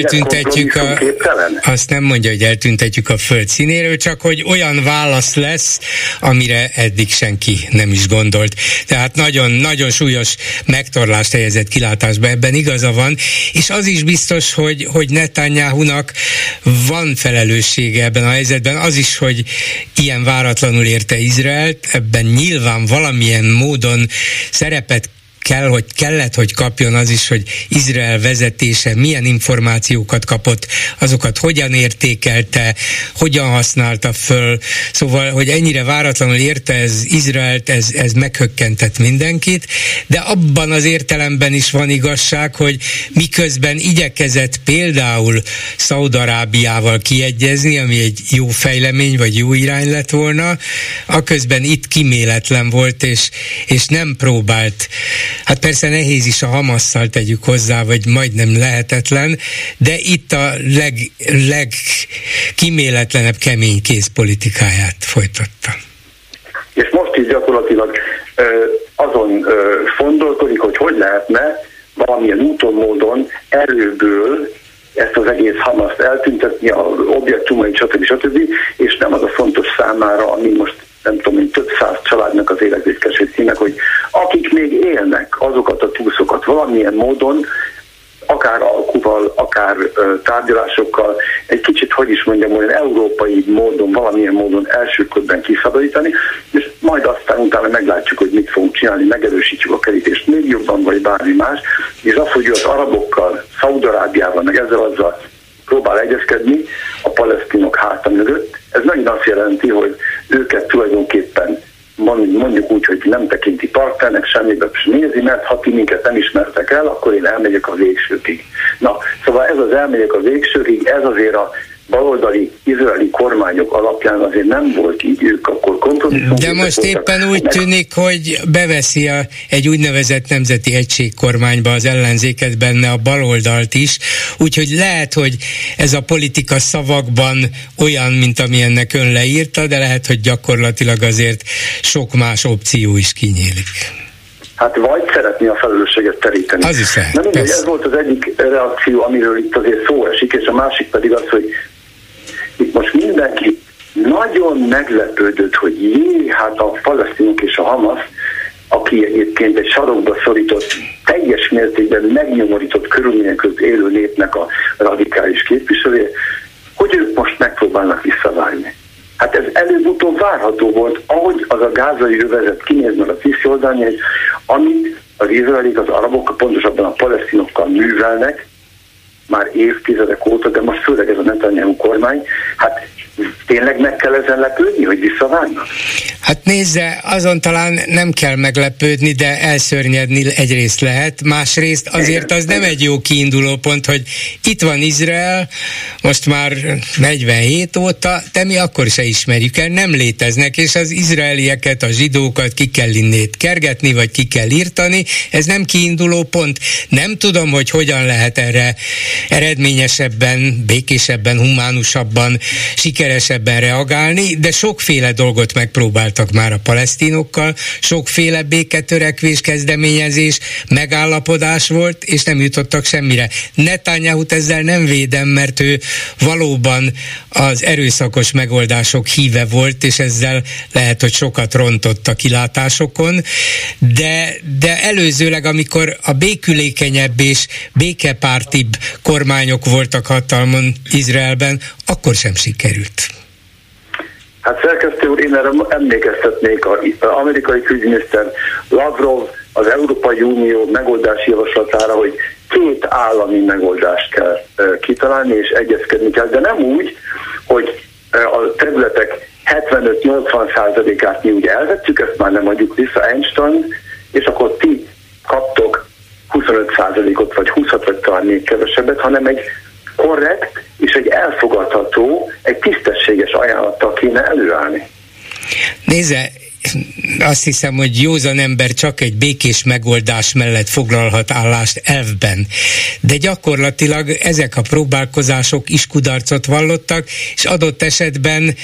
eltüntetjük a föld színéről, csak hogy olyan válasz lesz, amire eddig senki nem is gondolt. Tehát nagyon, nagyon súlyos megtorlást helyezett kilátásba, ebben igaza van, és az is biztos, hogy Netanyahunak van felelőssége ebben a helyzetben, az is, hogy ilyen váratlanul érte Izraelt, ebben nyilván valamilyen módon szerepet kellett, hogy kapjon az is, hogy Izrael vezetése milyen információkat kapott, azokat hogyan értékelte, hogyan használta föl. Szóval, hogy ennyire váratlanul érte ez Izraelt, ez meghökkentett mindenkit, de abban az értelemben is van igazság, hogy miközben igyekezett például Szaúd-Arábiával kiegyezni, ami egy jó fejlemény, vagy jó irány lett volna, aközben itt kíméletlen volt, és nem próbált. Hát persze nehéz is a Hamasszal, tegyük hozzá, vagy majdnem lehetetlen, de itt a legkíméletlenebb keménykész politikáját folytatta. És most is gyakorlatilag azon gondolkodik, hogy lehetne valamilyen úton, módon erőből ezt az egész Hamaszt eltüntetni, az objektumait, stb. És nem az a fontos számára, ami most nem tudom, hogy több száz családnak az életékeső címek, hogy akik még élnek, azokat a túszokat valamilyen módon, akár alkuval, akár tárgyalásokkal, egy kicsit, hogy is mondjam, olyan európai módon, valamilyen módon első körben kiszabadítani, és majd aztán utána meglátjuk, hogy mit fogunk csinálni, megerősítjük a kerítést még jobban, vagy bármi más, és az, hogy az arabokkal, Szaúd-Arábiával, meg azzal próbál egyezkedni a palesztinok háta mögött, ez nagyon azt jelenti, hogy őket tulajdonképpen mondjuk úgy, hogy nem tekinti partnernek, semmibe sem nézi, mert ha ti minket nem ismertek el, akkor én elmegyek a végsőkig. Na, szóval ez az elmegyek a végsőkig, ez azért a baloldali izraeli kormányok alapján azért nem volt így, ők akkor kompromisszum. De most éppen úgy tűnik, hogy beveszi egy úgynevezett nemzeti egységkormányba az ellenzéket, benne a baloldalt is, úgyhogy lehet, hogy ez a politika szavakban olyan, mint amilyennek ön leírta, de lehet, hogy gyakorlatilag azért sok más opció is kinyílik. Hát vagy szeretné a felelősséget teríteni. Az is lehet. Na mindegy, ez volt az egyik reakció, amiről itt azért szó esik, és a másik pedig az, hogy itt most mindenki nagyon meglepődött, hogy hát a palesztinok és a Hamasz, aki egyébként egy sarokba szorított, teljes mértékben megnyomorított körülmények között élő népnek a radikális képviselője, hogy ők most megpróbálnak visszavágni. Hát ez előbb-utóbb várható volt, ahogy az a gázai övezet kinéz meg a Cisziordánia, hogy amit az izraelik, az arabok, pontosabban a palesztinokkal művelnek, már évtizedek óta, de most főleg ez a Netanyahu kormány, hát tényleg meg kell ezen lepődni, hogy visszavágnak? Hát nézze, azon talán nem kell meglepődni, de elszörnyedni egyrészt lehet, másrészt azért az nem egy jó kiinduló pont, hogy itt van Izrael, most már 47 óta, de mi akkor se ismerjük el, nem léteznek, és az izraelieket, a zsidókat ki kell innét kergetni, vagy ki kell írtani, ez nem kiinduló pont. Nem tudom, hogy hogyan lehet erre eredményesebben, békésebben, humánusabban, sikeresebben reagálni, de sokféle dolgot megpróbáltak már a palesztinokkal, sokféle béketörekvés, kezdeményezés, megállapodás volt, és nem jutottak semmire. Netanyahut ezzel nem védem, mert ő valóban az erőszakos megoldások híve volt, és ezzel lehet, hogy sokat rontott a kilátásokon, de előzőleg, amikor a békülékenyebb és békepártibb kormányok voltak hatalmon Izraelben, akkor sem sikerült. Hát szerkesztő úr, én erre emlékeztetnék az amerikai külügyminiszter Lavrov az Európai Unió megoldási javaslatára, hogy 2 állami megoldást kell kitalálni és egyezkedni kell, de nem úgy, hogy a területek 75-80%-át mi ugye elvettük, ezt már nem adjuk vissza Einstein, és akkor ti kaptok 25%-ot, vagy 20-at, vagy talán még kevesebbet, hanem egy korrekt és egy elfogadható, egy tisztességes ajánlattal kéne előállni. Nézze, azt hiszem, hogy józan ember csak egy békés megoldás mellett foglalhat állást elvben. De gyakorlatilag ezek a próbálkozások is kudarcot vallottak, és adott esetben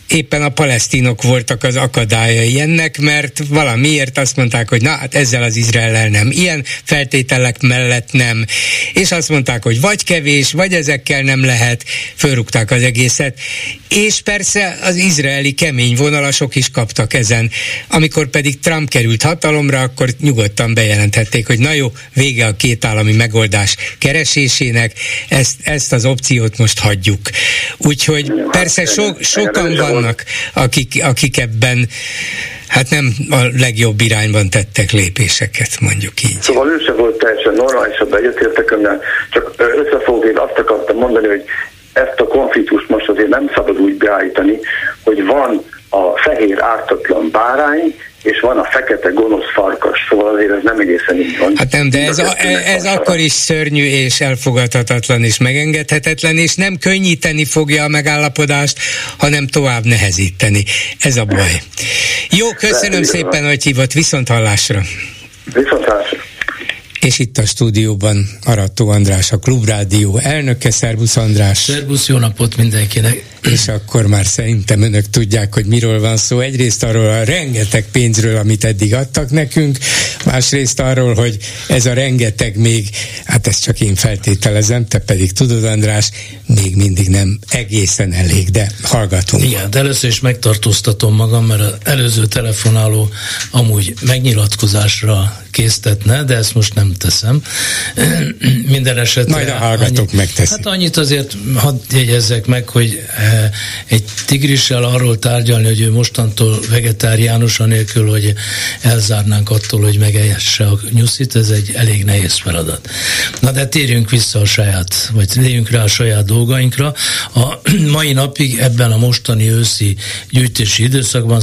éppen a palesztinok voltak az akadályai ennek, mert valamiért azt mondták, hogy na hát ezzel az Izraellel nem, ilyen feltételek mellett nem, és azt mondták, hogy vagy kevés, vagy ezekkel nem lehet, fölrúgták az egészet, és persze az izraeli kemény vonalasok is kaptak ezen. Amikor pedig Trump került hatalomra, akkor nyugodtan bejelenthették, hogy na jó, vége a kétállami megoldás keresésének, ezt az opciót most hagyjuk. Úgyhogy persze sokan vannak, akik ebben hát nem a legjobb irányban tettek lépéseket, mondjuk így. Szóval ő se volt teljesen normálisabban, egyetértek önnel, csak összefogva azt akartam mondani, hogy ezt a konfliktust most azért nem szabad úgy beállítani, hogy van a fehér ártatlan bárány, és van a fekete gonosz farkas, szóval azért ez nem egészen így van. Hát nem, de ez akkor is szörnyű és elfogadhatatlan és megengedhetetlen, és nem könnyíteni fogja a megállapodást, hanem tovább nehezíteni. Ez a baj. Jó, köszönöm szépen, hogy hívott, viszonthallásra. Viszonthallásra. És itt a stúdióban Arattó András, a Klubrádió elnöke. Szervusz András! Szervusz, jó napot mindenkinek! És akkor már szerintem önök tudják, hogy miről van szó. Egyrészt arról a rengeteg pénzről, amit eddig adtak nekünk, másrészt arról, hogy ez a rengeteg még, hát ezt csak én feltételezem, te pedig tudod, András, még mindig nem egészen elég, de hallgatunk. Igen, de először is megtartóztatom magam, mert az előző telefonáló amúgy megnyilatkozásra késztetne, de ezt most nem teszem. Minden esetre... Majd a hallgatók megteszik. Hát annyit azért hadd jegyezzek meg, hogy egy tigrissel arról tárgyalni, hogy ő mostantól vegetáriánus, anélkül, hogy elzárnánk attól, hogy megesse a nyuszit, ez egy elég nehéz feladat. Na de térjünk vissza térjünk rá a saját dolgainkra. A mai napig ebben a mostani őszi gyűjtési időszakban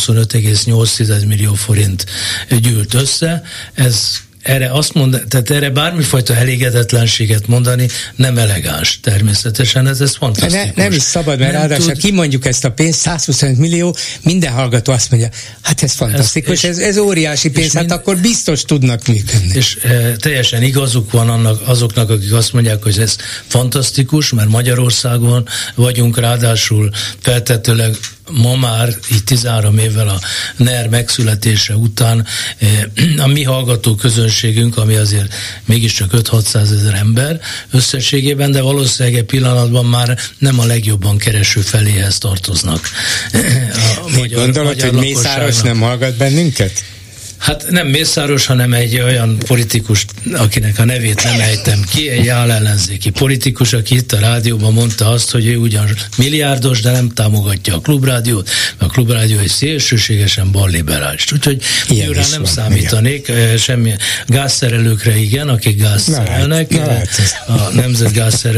125,8 millió forint gyűlt össze. Tehát erre bármifajta elégedetlenséget mondani nem elegáns természetesen, ez fantasztikus. Nem is szabad, mert ráadásul kimondjuk ezt a pénzt, 125 millió, minden hallgató azt mondja, hát ez fantasztikus, ez óriási pénz, hát akkor biztos tudnak működni. És teljesen igazuk van azoknak, akik azt mondják, hogy ez fantasztikus, mert Magyarországon vagyunk, ráadásul feltetőleg ma már, így 13 évvel a NER megszületése után a mi hallgató közönségünk, ami azért mégiscsak 5-600 ezer ember összességében, de valószínűleg egy pillanatban már nem a legjobban kereső feléhez tartoznak. Gondolod, hogy Mészáros nem hallgat bennünket? Hát nem Mészáros, hanem egy olyan politikus, akinek a nevét nem ejtem ki, egy állellenzéki politikus, aki itt a rádióban mondta azt, hogy ő ugyan milliárdos, de nem támogatja a Klubrádiót, mert a Klubrádió egy szélsőségesen balliberális. Úgyhogy őrá nem számítanék, semmi gázszerelőkre igen, akik gázt szerelnek, a nemzet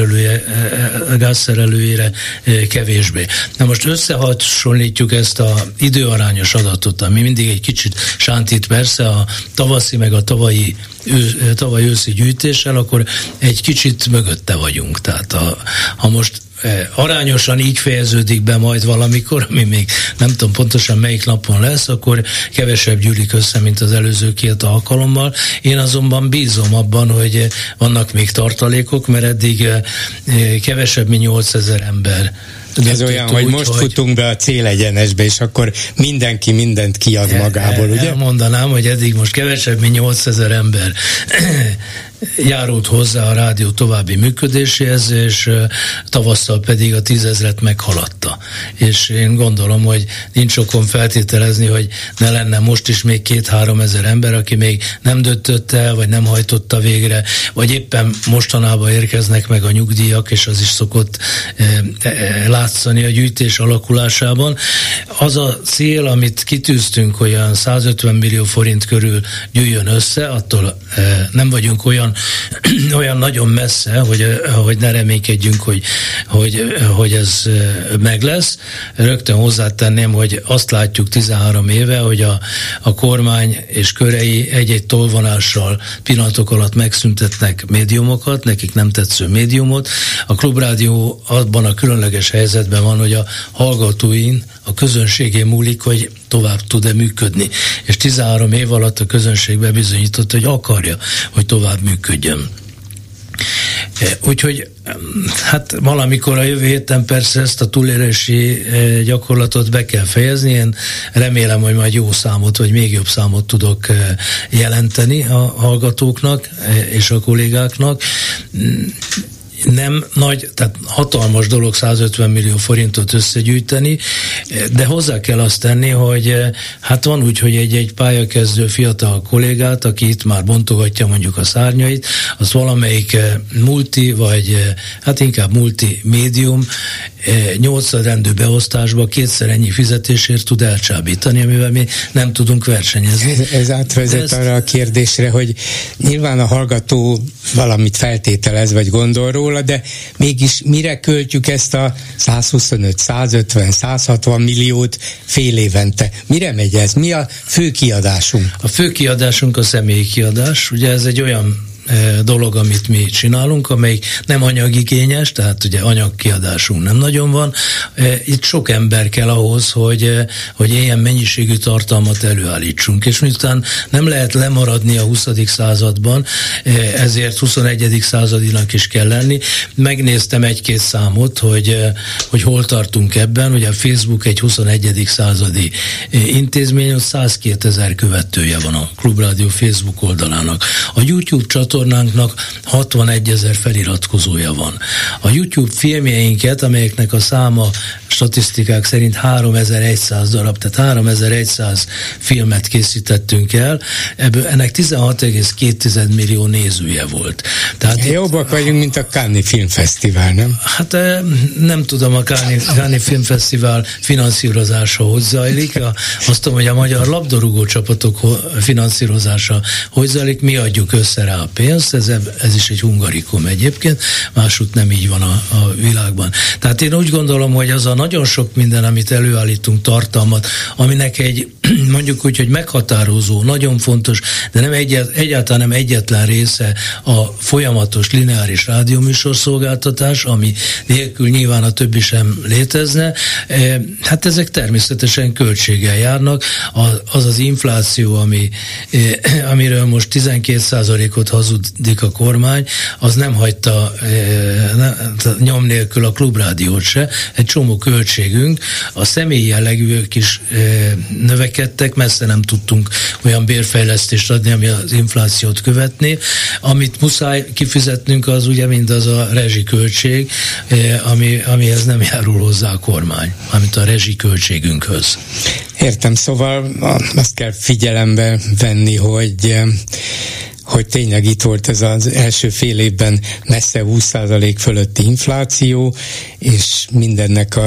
gázszerelőjére kevésbé. Na most összehasonlítjuk ezt az időarányos adatot, ami mindig egy kicsit sántít persze a tavaszi meg a tavaly őszi gyűjtéssel, akkor egy kicsit mögötte vagyunk. Tehát ha most arányosan így fejeződik be majd valamikor, ami még nem tudom pontosan melyik napon lesz, akkor kevesebb gyűlik össze, mint az előző 2 alkalommal. Én azonban bízom abban, hogy vannak még tartalékok, mert eddig kevesebb, mint 8000 ember. Ez olyan, hogy most futunk be a célegyenesbe, és akkor mindenki mindent kiad magából, ugye? Elmondanám, hogy eddig most kevesebb, mint 8000 ember járult hozzá a rádió további működéséhez, és tavasszal pedig a 10 000-et meghaladta. És én gondolom, hogy nincs okon feltételezni, hogy ne lenne most is még 2-3 ezer ember, aki még nem döntött el, vagy nem hajtotta végre, vagy éppen mostanában érkeznek meg a nyugdíjak, és az is szokott látszani a gyűjtés alakulásában. Az a cél, amit kitűztünk, hogy olyan 150 millió forint körül gyűjjön össze, attól nem vagyunk olyan nagyon messze, hogy ne reménykedjünk, hogy ez meg lesz. Rögtön hozzátenném, hogy azt látjuk 13 éve, hogy a kormány és körei egy-egy tolvonással pillanatok alatt megszüntetnek médiumokat, nekik nem tetsző médiumot. A Klubrádió abban a különleges helyzetben van, hogy a hallgatóin, a közönségén múlik, hogy tovább tud-e működni. És 13 év alatt a közönség bebizonyított, hogy akarja, hogy tovább működjön. Úgyhogy hát valamikor a jövő héten persze ezt a túlélési gyakorlatot be kell fejezni. Én remélem, hogy majd jó számot, vagy még jobb számot tudok jelenteni a hallgatóknak és a kollégáknak. Nem nagy, tehát hatalmas dolog 150 millió forintot összegyűjteni, de hozzá kell azt tenni, hogy hát van úgy, hogy egy pályakezdő fiatal kollégát, aki itt már bontogatja mondjuk a szárnyait, az valamelyik multi, vagy hát inkább multimédium 8 rendű beosztásba 2-szer ennyi fizetésért tud elcsábítani, amivel mi nem tudunk versenyezni. Ez átvezet arra a kérdésre, hogy nyilván a hallgató valamit feltételez, vagy gondol róla, de mégis mire költjük ezt a 125, 150, 160 milliót fél évente? Mire megy ez? Mi a fő kiadásunk? A fő kiadásunk a személyi kiadás. Ugye ez egy olyan dolog, amit mi csinálunk, amelyik nem anyagigényes, tehát ugye anyagkiadásunk nem nagyon van. Itt sok ember kell ahhoz, hogy ilyen mennyiségű tartalmat előállítsunk, és miután nem lehet lemaradni a 20. században, ezért 21. századinak is kell lenni. Megnéztem egy-két számot, hogy hol tartunk ebben. Ugye a Facebook egy 21. századi intézmény, ott 102 000 követője van a Klubrádió Facebook oldalának. A YouTube csatornánknak 61 000 feliratkozója van. A YouTube filmjeinket, amelyeknek a száma statisztikák szerint 3100 darab, tehát 3100 filmet készítettünk el, ebből ennek 16,2 millió nézője volt. Tehát jobbak vagyunk, mint a Cannes Filmfesztivál, nem? Hát nem tudom, a Cannes Filmfesztivál finanszírozása hogy zajlik. Azt tudom, hogy a magyar labdarúgó csapatok finanszírozása hogy zajlik, mi adjuk össze rá a pénzt, ez is egy hungarikum egyébként, másút nem így van a világban. Tehát én úgy gondolom, hogy az a nagyon sok minden, amit előállítunk, tartalmat, aminek egy mondjuk úgy, hogy meghatározó, nagyon fontos, de nem egyáltalán nem egyetlen része a folyamatos lineáris rádióműsorszolgáltatás, ami nélkül nyilván a többi sem létezne. Hát ezek természetesen költséggel járnak. Az infláció, amiről most 12%-ot hazudik a kormány, az nem hagyta nyom nélkül a Klubrádiót se. Egy csomó költségünk. A személyi jellegűek is növekedtek, messze nem tudtunk olyan bérfejlesztést adni, ami az inflációt követné. Amit muszáj kifizetnünk, az ugye mindaz a rezsiköltség, amihez nem járul hozzá a kormány, amit a rezsiköltségünkhöz. Értem, szóval azt kell figyelembe venni, hogy tényleg itt volt ez az első fél évben messze 20% fölötti infláció, és mindennek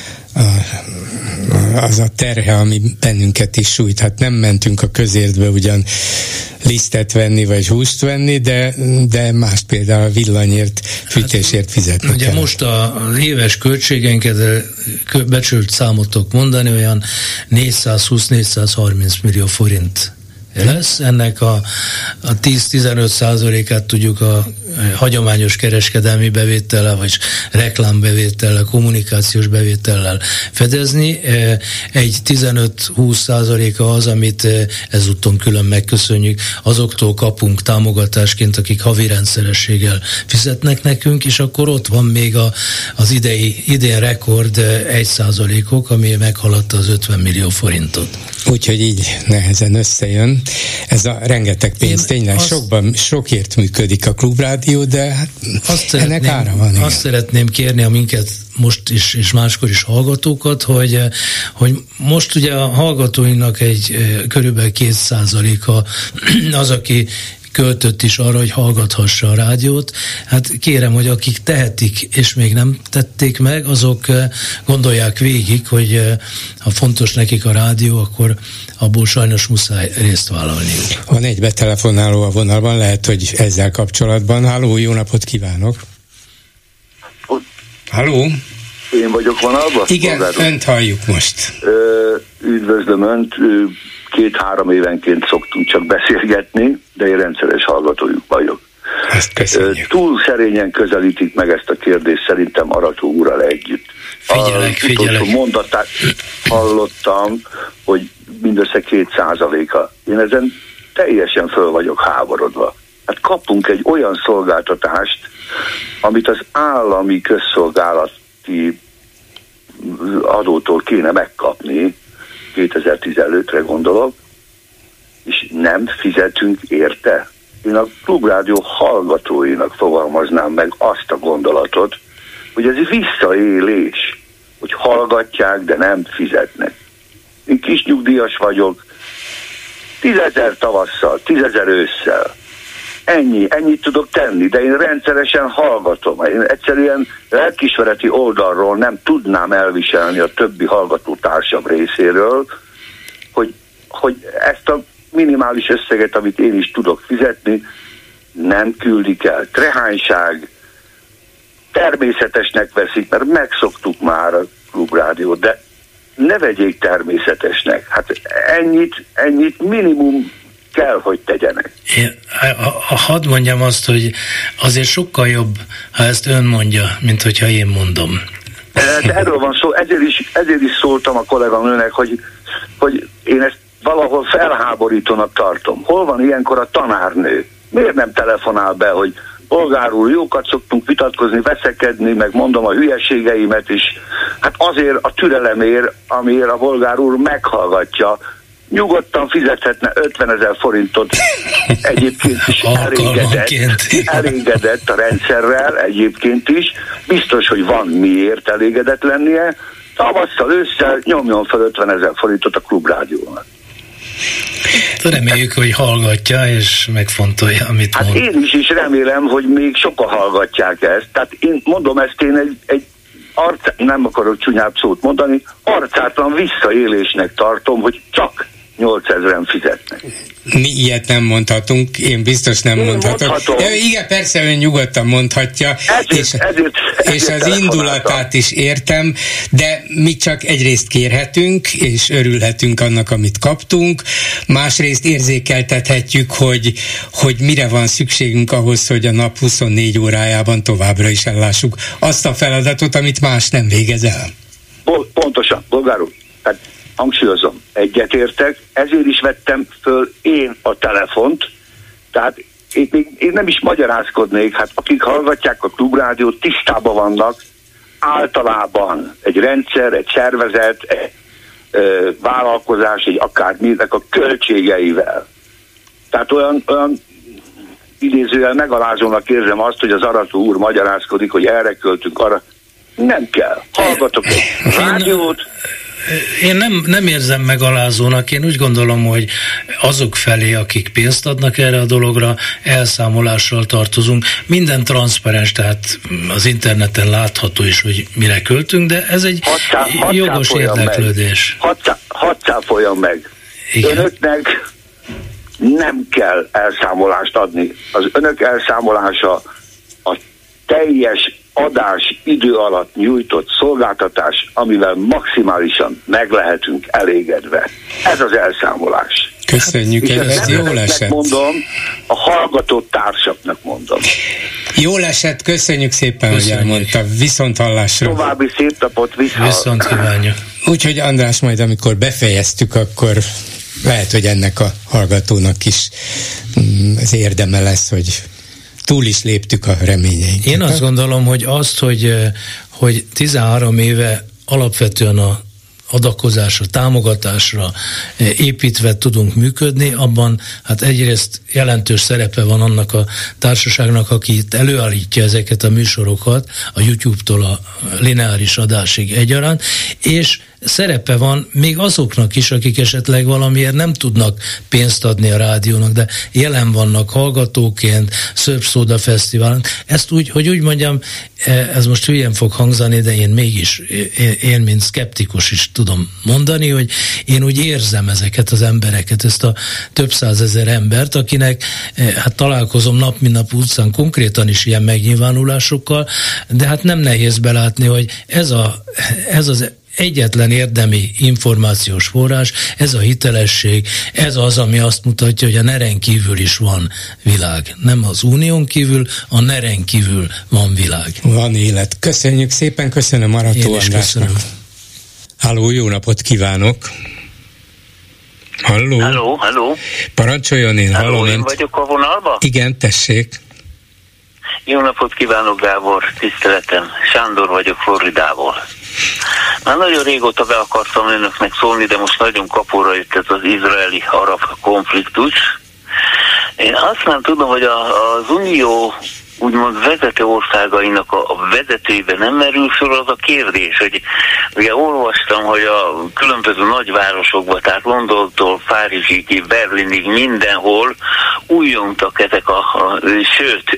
az a terhe, ami bennünket is sújt. Hát nem mentünk a közértbe ugyan lisztet venni, vagy húst venni, de más például a villanyért, fűtésért fizetni ugye kell. Most az éves költségeinket becsült számotok mondani, olyan 420-430 millió forint lesz. Ennek a 10-15%-át tudjuk a hagyományos kereskedelmi bevétellel, vagy reklámbevétellel, kommunikációs bevétellel fedezni. Egy 15-20%-a az, amit ezúton külön megköszönjük, azoktól kapunk támogatásként, akik havi rendszerességgel fizetnek nekünk, és akkor ott van még az idén rekord 1%-ok, ami meghaladta az 50 millió forintot. Úgyhogy így nehezen összejön. Ez a rengeteg pénz, tényleg sokért működik a Klubrádió, de hát ennek ára van. Azt szeretném kérni a minket most is, és máskor is hallgatókat, hogy most ugye a hallgatóinknak egy körülbelül 2%-a az, aki költött is arra, hogy hallgathassa a rádiót. Hát kérem, hogy akik tehetik, és még nem tették meg, azok gondolják végig, hogy ha fontos nekik a rádió, akkor abból sajnos muszáj részt vállalniuk. Van egy betelefonáló a vonalban, lehet, hogy ezzel kapcsolatban. Halló, jó napot kívánok! Halló? Én vagyok vonalban? Igen, önt halljuk most. Üdvözlöm önt, 2-3 évenként szoktunk csak beszélgetni, de én rendszeres hallgatójuk vagyok. Ezt köszönjük. Túl szerényen közelítik meg ezt a kérdést szerintem Arató úrral együtt. Figyelek. Utolsó mondatát hallottam, hogy mindössze 2%-a. Én ezen teljesen föl vagyok háborodva. Hát kapunk egy olyan szolgáltatást, amit az állami közszolgálati adótól kéne megkapni, 2015-re gondolok, és nem fizetünk érte. Én a Klubrádió hallgatóinak fogalmaznám meg azt a gondolatot, hogy ez visszaélés, hogy hallgatják, de nem fizetnek. Én kis nyugdíjas vagyok, 10 000 tavasszal, 10 000 ősszel. Ennyit tudok tenni, de én rendszeresen hallgatom. Én egyszerűen lelkiismereti oldalról nem tudnám elviselni a többi hallgatótársam részéről, hogy ezt a minimális összeget, amit én is tudok fizetni, nem küldik el. Trehányság, természetesnek veszik, mert megszoktuk már a Klubrádiót, de ne vegyék természetesnek. Hát ennyit minimum kell, hogy tegyenek. Hadd mondjam azt, hogy azért sokkal jobb, ha ezt ön mondja, mint hogyha én mondom. De erről van szó, ezért is szóltam a kolléganőnek, hogy én ezt valahol felháborítónak tartom. Hol van ilyenkor a tanárnő? Miért nem telefonál be, hogy polgár úr, jókat szoktunk vitatkozni, veszekedni, meg mondom a hülyeségeimet is. Hát azért a türelemért, amiért a polgár úr meghallgatja, nyugodtan fizethetne 50 000 forintot, egyébként is elégedett a rendszerrel, egyébként is, biztos, hogy van miért elégedett lennie, tavasszal, ősszel nyomjon fel 50 000 forintot a Klubrádiónak. Reméljük, hogy hallgatja és megfontolja, amit mond. Hát én is remélem, hogy még sokan hallgatják ezt. Tehát én mondom ezt, én egy nem akarok csúnyább szót mondani, arcátlan visszaélésnek tartom, hogy csak 8000-en fizetnek. Mi ilyet nem mondhatunk, én biztos nem mondhatok. Igen, persze ön nyugodtan mondhatja, és az indulatát is értem, de mi csak egyrészt kérhetünk, és örülhetünk annak, amit kaptunk, másrészt érzékeltethetjük, hogy mire van szükségünk ahhoz, hogy a nap 24 órájában továbbra is ellássuk azt a feladatot, amit más nem végez el. Pontosan, bolgár úr. Tehát hangsúlyozom, egyetértek, ezért is vettem föl én a telefont, tehát én nem is magyarázkodnék, hát akik hallgatják a Klubrádiót, tisztában vannak általában egy rendszer, egy szervezet, egy vállalkozás, egy akárminek a költségeivel. Tehát olyan idézően megalázónak érzem azt, hogy az Arató úr magyarázkodik, hogy erre költünk, arra. Nem kell. Hallgatok egy rádiót. Én nem érzem megalázónak, én úgy gondolom, hogy azok felé, akik pénzt adnak erre a dologra, elszámolással tartozunk. Minden transzparens, tehát az interneten látható is, hogy mire költünk, de ez egy jogos érdeklődés. Hadd cáfoljon meg. Igen. Önöknek nem kell elszámolást adni. Az önök elszámolása a teljes adás idő alatt nyújtott szolgáltatás, amivel maximálisan meg lehetünk elégedve. Ez az elszámolás. Köszönjük, ez jól esett. Mondom, a hallgató társaknak mondom. Jól esett, köszönjük szépen, hogy elmondta. Viszont hallásra. További szép napot, viszont kívánjuk. Úgyhogy András, majd amikor befejeztük, akkor lehet, hogy ennek a hallgatónak is az érdeme lesz, hogy túl is léptük a reményeinket. Én azt gondolom, hogy hogy 13 éve alapvetően a adakozásra, támogatásra építve tudunk működni, abban hát egyrészt jelentős szerepe van annak a társaságnak, aki itt előállítja ezeket a műsorokat, a YouTube-tól a lineáris adásig egyaránt, és szerepe van még azoknak is, akik esetleg valamiért nem tudnak pénzt adni a rádiónak, de jelen vannak hallgatóként, Szörp Szóda Fesztiválon. Ezt úgy mondjam, ez most hülyen fog hangzani, de én mint szkeptikus is tudom mondani, hogy én úgy érzem ezeket az embereket, ezt a több százezer embert, akinek hát találkozom nap mint nap utcán konkrétan is ilyen megnyilvánulásokkal, de hát nem nehéz belátni, hogy ez az egyetlen érdemi információs forrás, ez a hitelesség, ez az, ami azt mutatja, hogy a NER-en kívül is van világ. Nem az Unión kívül, a NER-en kívül van világ. Van élet. Köszönjük szépen, köszönöm Arató Andrásnak. Halló, jó napot kívánok! Halló. Parancsoljon, én hallom. Én vagyok a vonalba? Igen, tessék. Jó napot kívánok, Gábor, tiszteletem. Sándor vagyok Floridából. Már nagyon régóta be akartam önöknek szólni, de most nagyon kapóra jött ez az izraeli-arab konfliktus. Én azt nem tudom, hogy az Unió úgymond vezető országainak a vezetőiben nem merül fel az a kérdés, hogy ugye olvastam, hogy a különböző nagyvárosokban, tehát Londontól Párizsig, Berlinig, mindenhol újjongtak ezek sőt,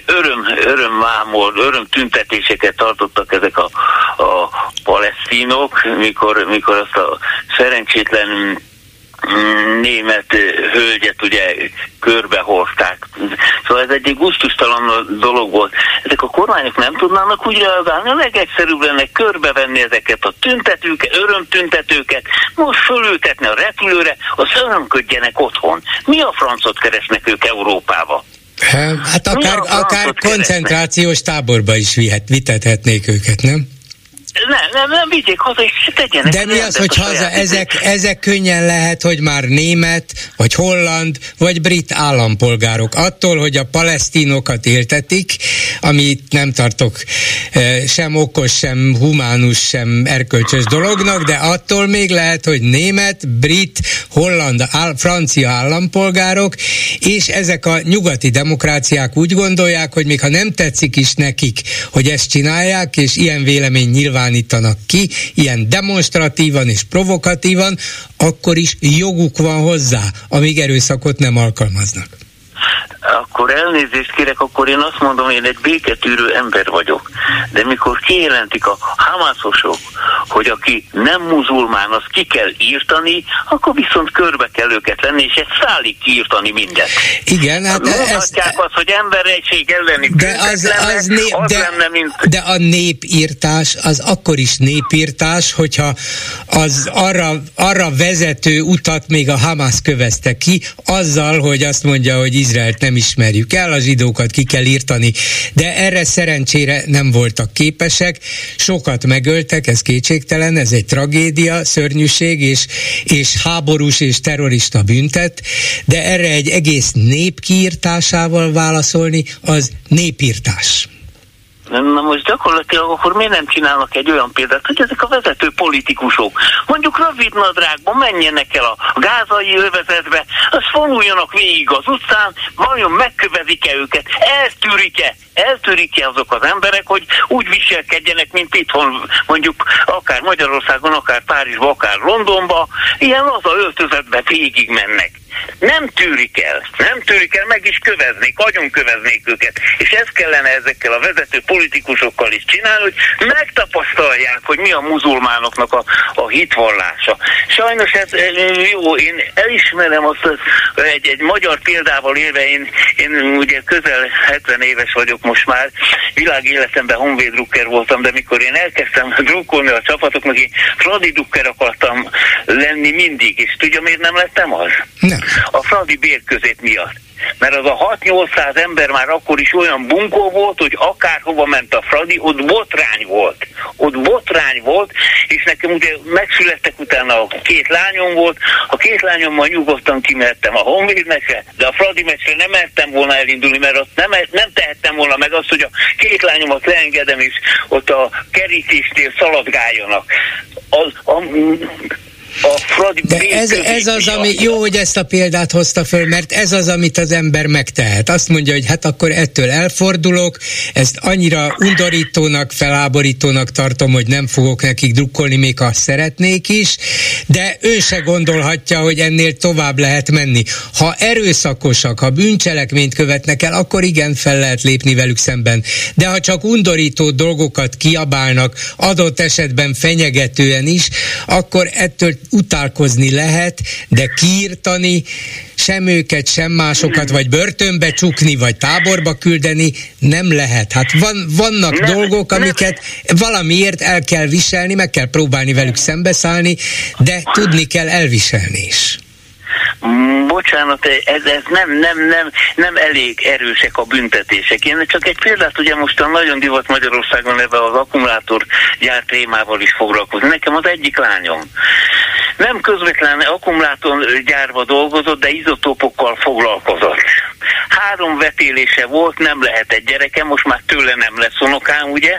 örömtüntetéseket tartottak ezek a palesztinok, mikor azt a szerencsétlen német hölgyet ugye körbehordták. Szóval ez egy gusztustalan dolog volt. Ezek a kormányok nem tudnának úgy reagálni, a legegyszerűbb lenne körbevenni ezeket a örömtüntetőket, most fölültetni a repülőre, az örömködjenek otthon. Mi a francot keresnek ők Európába? Hát akár koncentrációs táborba is vitethetnék őket, nem? Nem vigyék haza, és tegyenek. De mi az, hogy haza, ezek könnyen lehet, hogy már német, vagy holland, vagy brit állampolgárok. Attól, hogy a palesztinokat éltetik, amit nem tartok sem okos, sem humánus, sem erkölcsös dolognak, de attól még lehet, hogy német, brit, holland, francia állampolgárok, és ezek a nyugati demokráciák úgy gondolják, hogy még ha nem tetszik is nekik, hogy ezt csinálják, és ilyen vélemény nyilvánítanak ki, ilyen demonstratívan és provokatívan, akkor is joguk van hozzá, amíg erőszakot nem alkalmaznak. Akkor elnézést kérek, akkor én azt mondom, én egy béketűrő ember vagyok. De mikor kijelentik a hamászosok, hogy aki nem muzulmán, azt ki kell írtani, akkor viszont körbe kell őket lenni, és ezt szállik kiírtani mindent. Igen, hát mondhatják azt, hogy emberegység elleni lenne, mint... De a népírtás, az akkor is népírtás, hogyha az arra vezető utat még a Hamász kövezte ki, azzal, hogy azt mondja, hogy Izraelt nem ismerjük el, a zsidókat ki kell írtani. De erre szerencsére nem voltak képesek, sokat megöltek, ez kétségtelen, ez egy tragédia, szörnyűség és háborús és terrorista büntet, de erre egy egész nép kiírtásával válaszolni, az népírtás. Na most gyakorlatilag akkor miért nem csinálnak egy olyan példát, hogy ezek a vezető politikusok mondjuk rövid nadrágban menjenek el a gázai övezetbe, azt vonuljanak végig az utcán, vajon megkövezik-e őket, eltűrik-e azok az emberek, hogy úgy viselkedjenek, mint itthon, mondjuk akár Magyarországon, akár Párizsban, akár Londonban, ilyen az a öltözetbe végig mennek. Nem tűrik el, meg is köveznék, agyonköveznék őket, és ezt kellene ezekkel a vezető politikusokkal is csinálni, hogy megtapasztalják, hogy mi a muzulmánoknak a hitvallása. Sajnos ez jó, én elismerem azt, egy magyar példával élve, én ugye közel 70 éves vagyok most már, világéletemben honvéd drukker voltam, de mikor én elkezdtem drukkolni a csapatoknak, én Fradi drukker akartam lenni mindig, és tudja, miért nem lettem az? Nem. A Fradi bérközét miatt. Mert az a 6-800 ember már akkor is olyan bunkó volt, hogy akárhova ment a Fradi, ott botrány volt, és nekem ugye megszülettek utána a 2 lányom volt, a 2 lányommal nyugodtan kimehettem a Honvéd meccsre, de a Fradi meccsre nem mertem volna elindulni, mert ott nem tehettem volna meg azt, hogy a 2 lányomat leengedem, és ott a kerítésnél szaladgáljanak. De ez az, ami jó, hogy ezt a példát hozta föl, mert ez az, amit az ember megtehet. Azt mondja, hogy hát akkor ettől elfordulok, ezt annyira undorítónak, felháborítónak tartom, hogy nem fogok nekik drukkolni, még ha szeretnék is, de ő se gondolhatja, hogy ennél tovább lehet menni. Ha erőszakosak, ha bűncselekményt követnek el, akkor igen, fel lehet lépni velük szemben. De ha csak undorító dolgokat kiabálnak, adott esetben fenyegetően is, akkor ettől utálkozni lehet, de kiírtani sem őket, sem másokat, vagy börtönbe csukni, vagy táborba küldeni nem lehet. Hát vannak dolgok, amiket valamiért el kell viselni, meg kell próbálni velük szembeszállni, de tudni kell elviselni is. Bocsánat, ez nem elég erősek a büntetések. Én csak egy példát, ugye mostan nagyon divat Magyarországon ebben az akkumulátorgyár témával is foglalkozni. Nekem az egyik lányom nem közvetlen akkumulátorgyárba dolgozott, de izotópokkal foglalkozott. 3 vetélése volt, nem lehetett gyereke, most már tőle nem lesz unokám, ugye?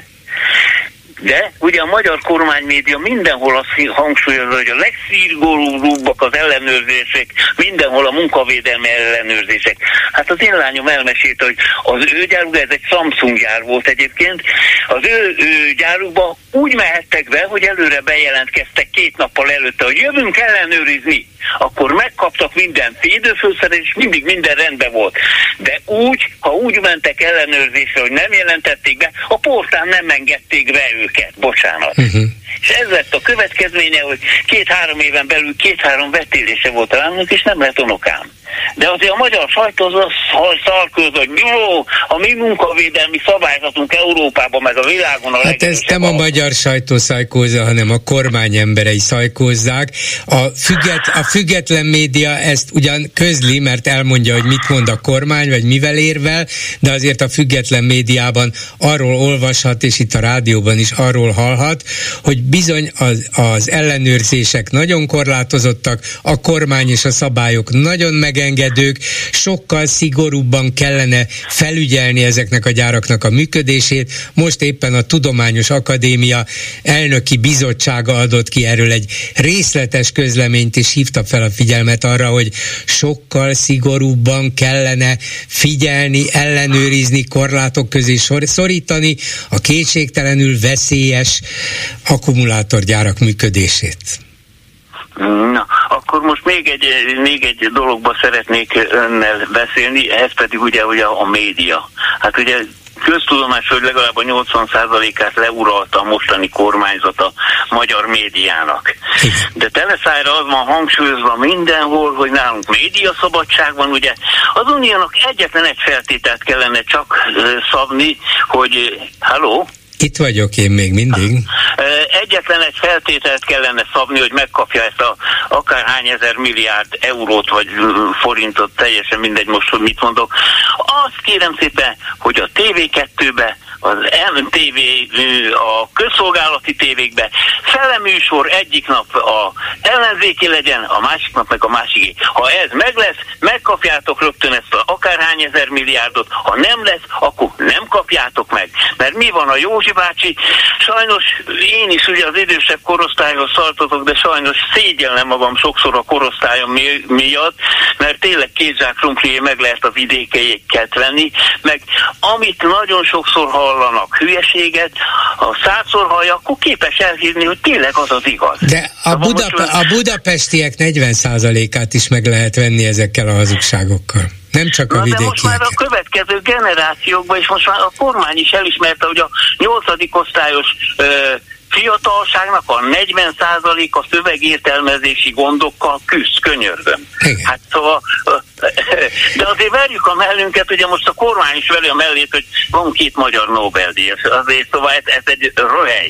De ugye a magyar kormánymédia mindenhol azt hangsúlyozza, hogy a legszigorúbbak az ellenőrzések, mindenhol a munkavédelmi ellenőrzések. Hát az én lányom elmesélte, hogy az ő gyáruk, ez egy Samsung gyár volt egyébként, az ő gyárukba úgy mehettek be, hogy előre bejelentkeztek 2 nappal előtte, hogy jövünk ellenőrizni. Akkor megkaptak minden védőfőszert, és mindig minden rendben volt. De úgy, ha úgy mentek ellenőrzésre, hogy nem jelentették be, a portán nem engedték be őket, bocsánat. És ez lett a következménye, hogy 2-3 éven belül 2-3 vetélése volt a lánynak, és nem lett unokám. De azért a magyar sajtó az szarkőz, hogy jó, a mi munkavédelmi szabályzatunk Európában, meg a világon a Hát ez nem a magyar sajtó szajkózza, hanem a kormány emberei szajkózzák. A független média ezt ugyan közli, mert elmondja, hogy mit mond a kormány, vagy mivel érvel, de azért a független médiában arról olvashat, és itt a rádióban is arról hallhat, hogy bizony az ellenőrzések nagyon korlátozottak, a kormány és a szabályok nagyon megengedők, sokkal szigorúbban kellene felügyelni ezeknek a gyáraknak a működését. Most éppen a Tudományos Akadémia elnöki bizottsága adott ki erről egy részletes közleményt, és hívta fel a figyelmet arra, hogy sokkal szigorúbban kellene figyelni, ellenőrizni, korlátok közé szorítani a kétségtelenül veszélyes akkumulátorgyárak működését. Na, akkor most még egy dologba szeretnék önnel beszélni, ez pedig ugye a média. Hát ugye köztudomás, hogy legalább a 80%-át leuralta a mostani kormányzat a magyar médiának. De teleszájra az van hangsúlyozva mindenhol, hogy nálunk médiaszabadság van, ugye az Uniónak egyetlen egy feltételt kellene csak szabni, hogy halló? Itt vagyok én még mindig. Egyetlen egy feltételt kellene szabni, hogy megkapja ezt a akárhány ezer milliárd eurót, vagy forintot, teljesen mindegy most, hogy mit mondok. Azt kérem szépen, hogy a TV2-be, az MTV, a közszolgálati tévékbe feleműsor egyik nap a ellenzéki legyen, a másik nap meg a másiké. Ha ez meg lesz, megkapjátok rögtön ezt a akárhány ezer milliárdot, ha nem lesz, akkor nem kapjátok meg. Mert mi van a Józsi bácsi? Sajnos én is ugye az idősebb korosztályhoz tartozok, de sajnos szégyellem magam sokszor a korosztályom miatt, mert tényleg kétzsák krumplié meg lehet a vidékeiket venni, meg amit nagyon sokszor hallanak hülyeséget, ha 100-szor hallja, akkor képes elhívni, hogy tényleg az az igaz. De a budapestiek 40%-át is meg lehet venni ezekkel a hazugságokkal. Nem csak a vidékiek. De most már a következő generációkban, és most már a kormány is elismerte, hogy a 8. osztályos fiatalságnak a 40%-a szövegértelmezési gondokkal küzd, könyörgöm. Hát szóval, de azért verjük a mellünket, ugye most a kormány is veri a mellét, hogy van 2 magyar Nobel-díjas, azért szóval ez egy röhely.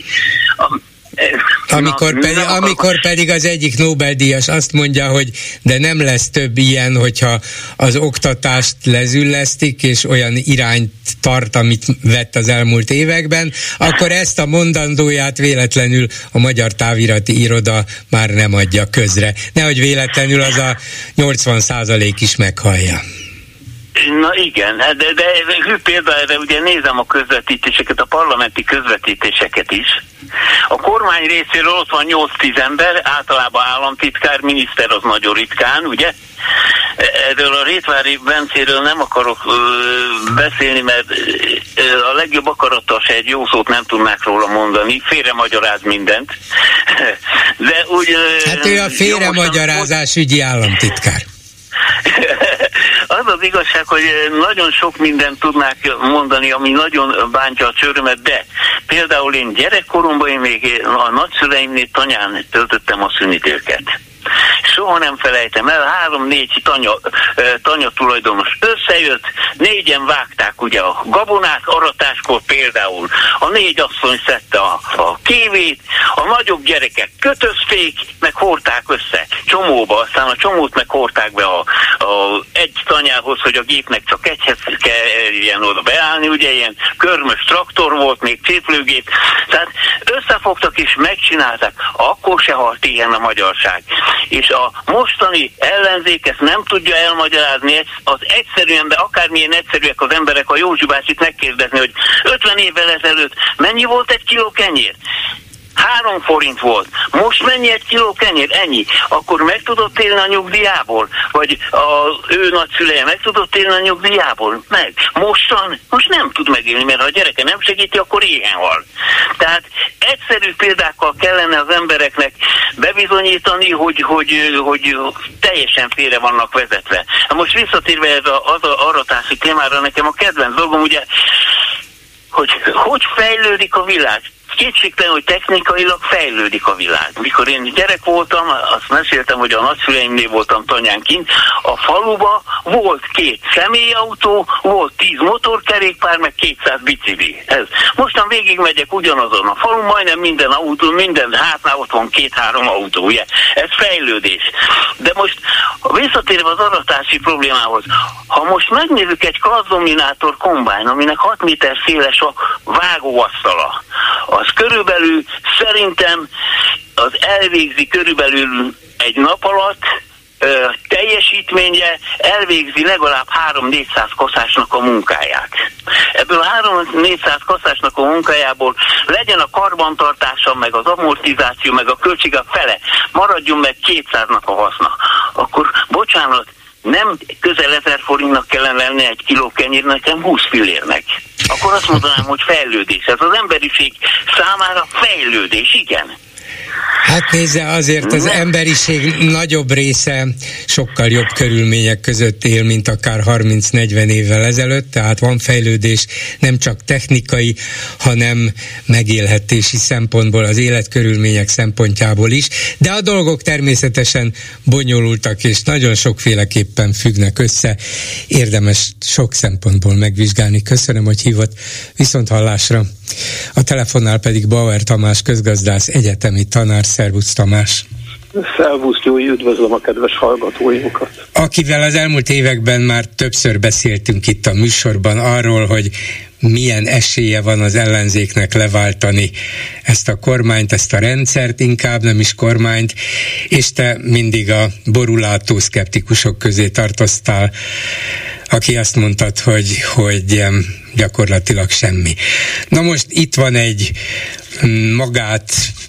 Amikor pedig az egyik Nobel-díjas azt mondja, hogy de nem lesz több ilyen, hogyha az oktatást lezüllesztik, és olyan irányt tart, amit vett az elmúlt években, akkor ezt a mondandóját véletlenül a Magyar Távirati Iroda már nem adja közre. Nehogy véletlenül az a 80% is meghallja. Na igen, de hű példa erre, ugye nézem a közvetítéseket, a parlamenti közvetítéseket is. A kormány részéről ott van 8-10 ember, általában államtitkár, miniszter az nagyon ritkán, ugye? Erről a Rétvári Bencéről nem akarok beszélni, mert a legjobb akarattal se egy jó szót nem tudnák róla mondani, félremagyaráz mindent. De úgy... Hát ő a félremagyarázás ügyi államtitkár. Az az igazság, hogy nagyon sok mindent tudnák mondani, ami nagyon bántja a csőrömet, de például én gyerekkoromban én még a nagyszüleimnél tanyán töltöttem a szünidőket. Soha nem felejtem el, 3-4 tanya tulajdonos összejött, 4-en vágták ugye a gabonát, aratáskor például a 4 asszony szedte a kévét, a nagyobb gyerekek kötözték, meg hordták össze csomóba, aztán a csomót meg hordták be a egy tanyához, hogy a gépnek csak egyhez kelljen oda beállni, ugye ilyen körmös traktor volt, még céplőgép, tehát összefogtak és megcsinálták, akkor se halt ilyen a magyarság. És a mostani ellenzék ezt nem tudja elmagyarázni, az egyszerű ember, akármilyen egyszerűek az emberek, a Józsi bácsit megkérdezni, hogy 50 évvel ezelőtt mennyi volt egy kiló kenyér? 3 forint volt. Most mennyi egy kiló kenyér? Ennyi. Akkor meg tudott élni a nyugdíjából? Vagy az ő nagyszüleje meg tudott élni a nyugdíjából? Meg. Most nem tud megélni, mert ha a gyereke nem segíti, akkor éhen hal. Tehát egyszerű példákkal kellene az embereknek bebizonyítani, hogy teljesen félre vannak vezetve. Most visszatérve ez az aratási témára, nekem a kedvenc dolgom, ugye, hogy fejlődik a világ. Kétségtelen, hogy technikailag fejlődik a világ. Mikor én gyerek voltam, azt meséltem, hogy a nagyszüleimnél voltam tanyán kint, a faluba volt 2 személyautó, volt 10 motorkerékpár, meg 200 bicikli. Ez. Mostan végigmegyek ugyanazon a falun, majdnem minden autó, minden hátnál ott van 2-3 autó, ugye? Ez fejlődés. De most visszatérve az aratási problémához, ha most megnézzük egy klasszdominátor kombájn, aminek 6 méter széles a vágóasztala, az körülbelül szerintem az elvégzi körülbelül egy nap alatt teljesítménye elvégzi legalább 3-400 kaszásnak a munkáját. Ebből a 3-400 kaszásnak a munkájából legyen a karbantartása, meg az amortizáció, meg a költsége fele, maradjon meg 200-nak a haszna. Akkor, bocsánat, nem közel 1000 forintnak kellene lenni egy kiló kenyérnek, hanem 20 fillérnek. Akkor azt mondanám, hogy fejlődés. Ez az emberiség számára fejlődés, igen. Hát nézze, azért az emberiség nagyobb része sokkal jobb körülmények között él, mint akár 30-40 évvel ezelőtt, tehát van fejlődés nem csak technikai, hanem megélhetési szempontból, az életkörülmények szempontjából is, de a dolgok természetesen bonyolultak és nagyon sokféleképpen függnek össze, érdemes sok szempontból megvizsgálni. Köszönöm, hogy hívott, viszonthallásra. A telefonnál pedig Bauer Tamás közgazdász, egyetemi tanár. Szervusz Tamás! Szervusz Gyuri, üdvözlöm a kedves hallgatóinkat! Akivel az elmúlt években már többször beszéltünk itt a műsorban arról, hogy milyen esélye van az ellenzéknek leváltani ezt a kormányt, ezt a rendszert, inkább nem is kormányt, és te mindig a borulátó szkeptikusok közé tartoztál, aki azt mondtad, hogy gyakorlatilag semmi. Na most itt van egy magát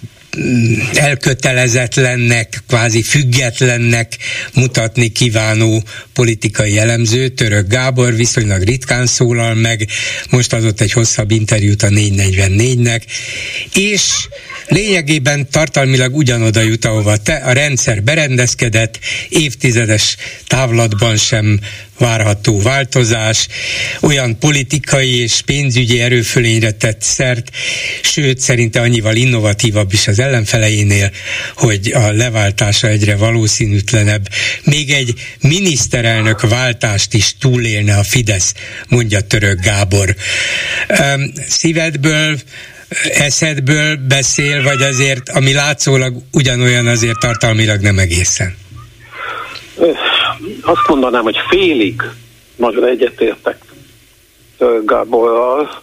elkötelezetlennek, kvázi függetlennek mutatni kívánó politikai elemző, Török Gábor, viszonylag ritkán szólal meg, most adott egy hosszabb interjút a 444-nek, és lényegében tartalmilag ugyanoda jut, ahova te, a rendszer berendezkedett, évtizedes távlatban sem várható változás, olyan politikai és pénzügyi erőfölényre tett szert, sőt szerinte annyival innovatívabb is az ellenfeleinél, hogy a leváltása egyre valószínűtlenebb. Még egy miniszterelnök váltást is túlélne a Fidesz, mondja Török Gábor. Szívedből, eszedből beszél, vagy azért, ami látszólag ugyanolyan, azért tartalmilag nem egészen? Azt mondanám, hogy félig nagyon egyetértek Gáborral,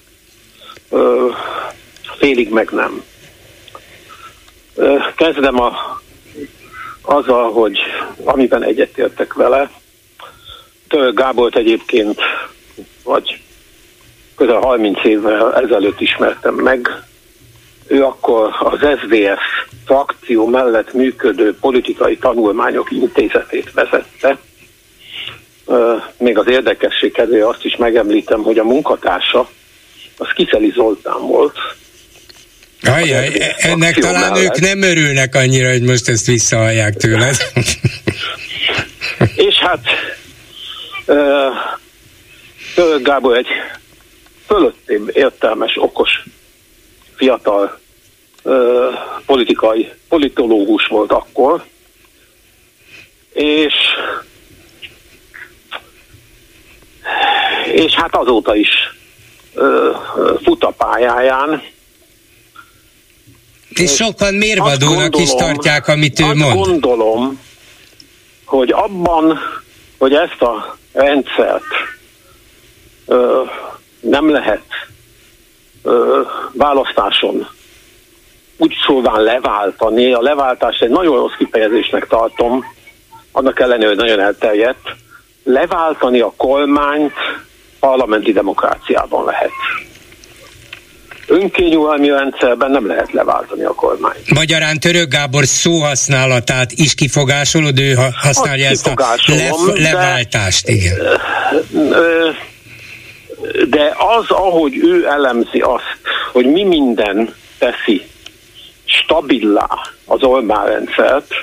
félig meg nem. Kezdem azzal, hogy amiben egyetértek vele. Gábort egyébként vagy közel 30 évvel ezelőtt ismertem meg. Ő akkor az SZDSZ frakció mellett működő politikai tanulmányok intézetét vezette. Még az érdekesség kedvéért azt is megemlítem, hogy a munkatársa az Kiszeli Zoltán volt. Ajjaj, ennek talán mellett. Ők nem örülnek annyira, hogy most ezt visszahallják tőled. És hát Gábor egy fölöttébb értelmes, okos, fiatal politológus volt akkor, és hát azóta is fut a pályáján. És sokan mérvadónak is tartják, amit ő mond. Azt gondolom, hogy abban, hogy ezt a rendszert nem lehet választáson úgy szóval leváltani. A leváltás egy nagyon rossz kifejezésnek tartom, annak ellenére, hogy nagyon elterjedt. Leváltani a kormányt parlamenti demokráciában lehet. Önkényuralmi rendszerben nem lehet leváltani a kormányt. Magyarán Török Gábor szóhasználatát is kifogásolod, ő használja ezt a leváltást, igen. De az, ahogy ő elemzi azt, hogy mi minden teszi stabilá az Orbán rendszert,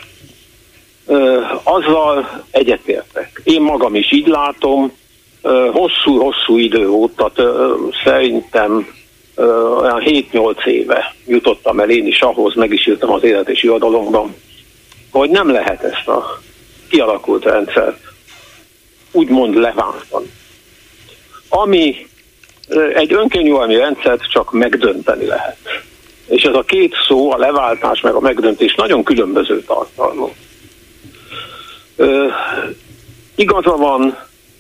azzal egyetértek. Én magam is így látom, hosszú idő óta, szerintem olyan 7-8 éve jutottam el én is ahhoz, meg is írtam az Élet és Irodalomban, hogy nem lehet ezt a kialakult rendszert úgymond leváltani. Ami egy önkényuralmi rendszert csak megdönteni lehet. És ez a két szó, a leváltás meg a megdöntés nagyon különböző tartalmú. Igaza van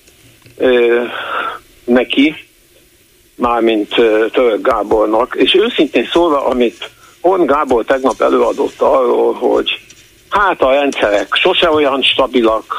neki, mármint Török Gábornak, és őszintén szólva, amit Horn Gábor tegnap előadott arról, hogy hát a rendszerek sose olyan stabilak,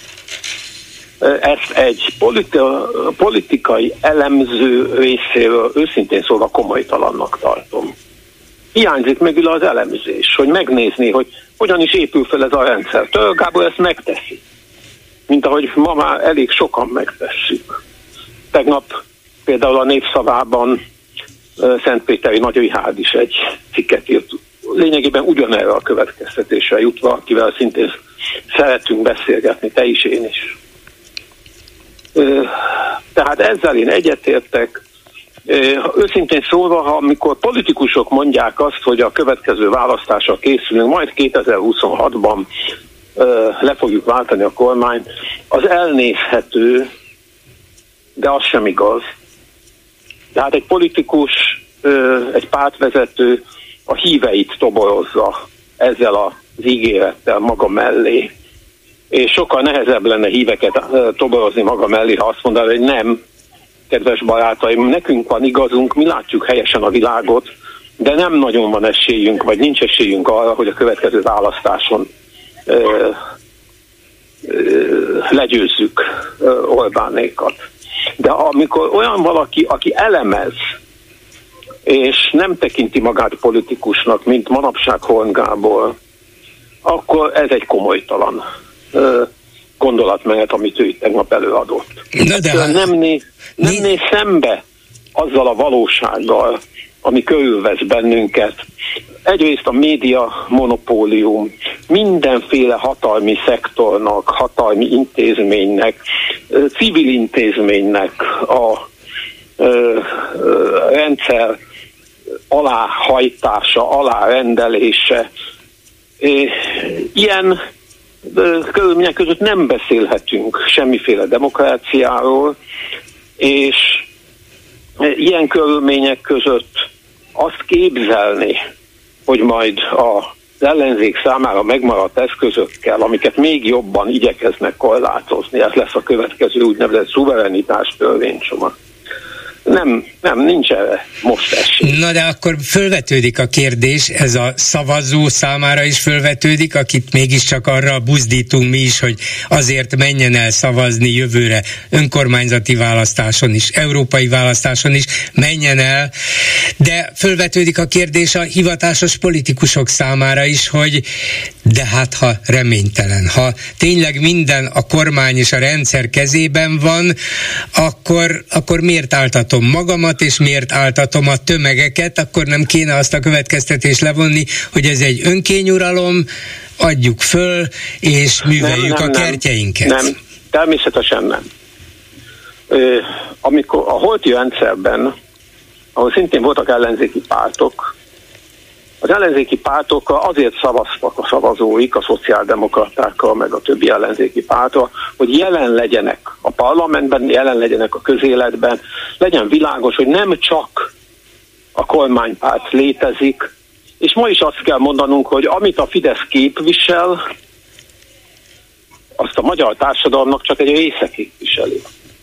ezt egy politikai elemző részéről őszintén szólva komolytalannak tartom. Hiányzik mögül az elemzés, hogy megnézni, hogy hogyan is épül fel ez a rendszer. Török Gábor ezt megteszi, mint ahogy ma már elég sokan megtesszük. Tegnap például a Népszavában Szentpéteri Nagy Rihárd is egy cikket írt, lényegében ugyanerre a következtetésre jutva, akivel szintén szeretünk beszélgetni, te is, én is. Tehát ezzel én egyetértek. Őszintén szólva, amikor politikusok mondják azt, hogy a következő választásra készülünk, majd 2026-ban le fogjuk váltani a kormányt, az elnézhető, de az sem igaz. Tehát egy politikus, egy pártvezető a híveit toborozza ezzel az ígérettel maga mellé. És sokkal nehezebb lenne híveket toborozni maga mellé, ha azt mondaná, hogy nem, kedves barátaim, nekünk van igazunk, mi látjuk helyesen a világot, de nem nagyon van esélyünk, vagy nincs esélyünk arra, hogy a következő választáson legyőzzük Orbánékat. De amikor olyan valaki, aki elemez, és nem tekinti magát politikusnak, mint manapság Horn Gábor, akkor ez egy komolytalan gondolatmenet, amit ő itt tegnap előadott. Nem néz szembe azzal a valósággal, ami körülvesz bennünket. Egyrészt a média monopólium, mindenféle hatalmi szektornak, hatalmi intézménynek, civil intézménynek a rendszer aláhajtása, alárendelése. Ilyen körülmények között nem beszélhetünk semmiféle demokráciáról, és ilyen körülmények között azt képzelni, hogy majd az ellenzék számára megmaradt eszközökkel, amiket még jobban igyekeznek korlátozni, ez lesz a következő úgynevezett szuverenitás törvénycsomag. Nem, nincs erre most esély. Na de akkor fölvetődik a kérdés, ez a szavazó számára is fölvetődik, akit mégiscsak arra buzdítunk mi is, hogy azért menjen el szavazni jövőre önkormányzati választáson is, európai választáson is, menjen el, de fölvetődik a kérdés a hivatásos politikusok számára is, hogy de hát ha reménytelen, ha tényleg minden a kormány és a rendszer kezében van, akkor miért áltatom magamat, és miért áltatom a tömegeket, akkor nem kéne azt a következtetést levonni, hogy ez egy önkényuralom, adjuk föl, és műveljük a kertjeinket. Nem, természetesen nem. Amikor a holti rendszerben, ahol szintén voltak ellenzéki pártok, az ellenzéki pártok azért szavaztak a szavazóik, a szociáldemokratákkal, meg a többi ellenzéki pártra, hogy jelen legyenek a parlamentben, jelen legyenek a közéletben, legyen világos, hogy nem csak a kormánypárt létezik, és ma is azt kell mondanunk, hogy amit a Fidesz képvisel, azt a magyar társadalomnak csak egy része képviseli.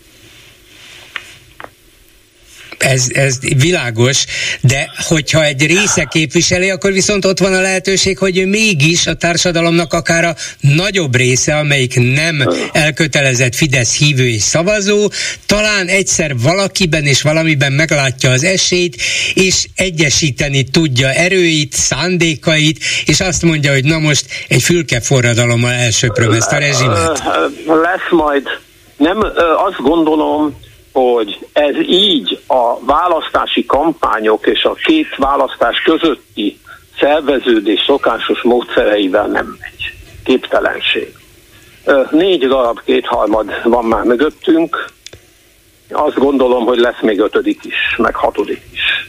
Ez világos, de hogyha egy része képviseli, akkor viszont ott van a lehetőség, hogy ő mégis a társadalomnak akár a nagyobb része, amelyik nem elkötelezett Fidesz hívő és szavazó, talán egyszer valakiben és valamiben meglátja az esélyt, és egyesíteni tudja erőit, szándékait, és azt mondja, hogy na most egy fülkeforradalommal elsöpröm ezt a rezsimet. Lesz majd. Nem, azt gondolom, hogy ez így a választási kampányok és a két választás közötti szerveződés szokásos módszereivel nem megy. Képtelenség. 4 darab 2/3 van már mögöttünk. Azt gondolom, hogy lesz még 5. is, meg 6. is.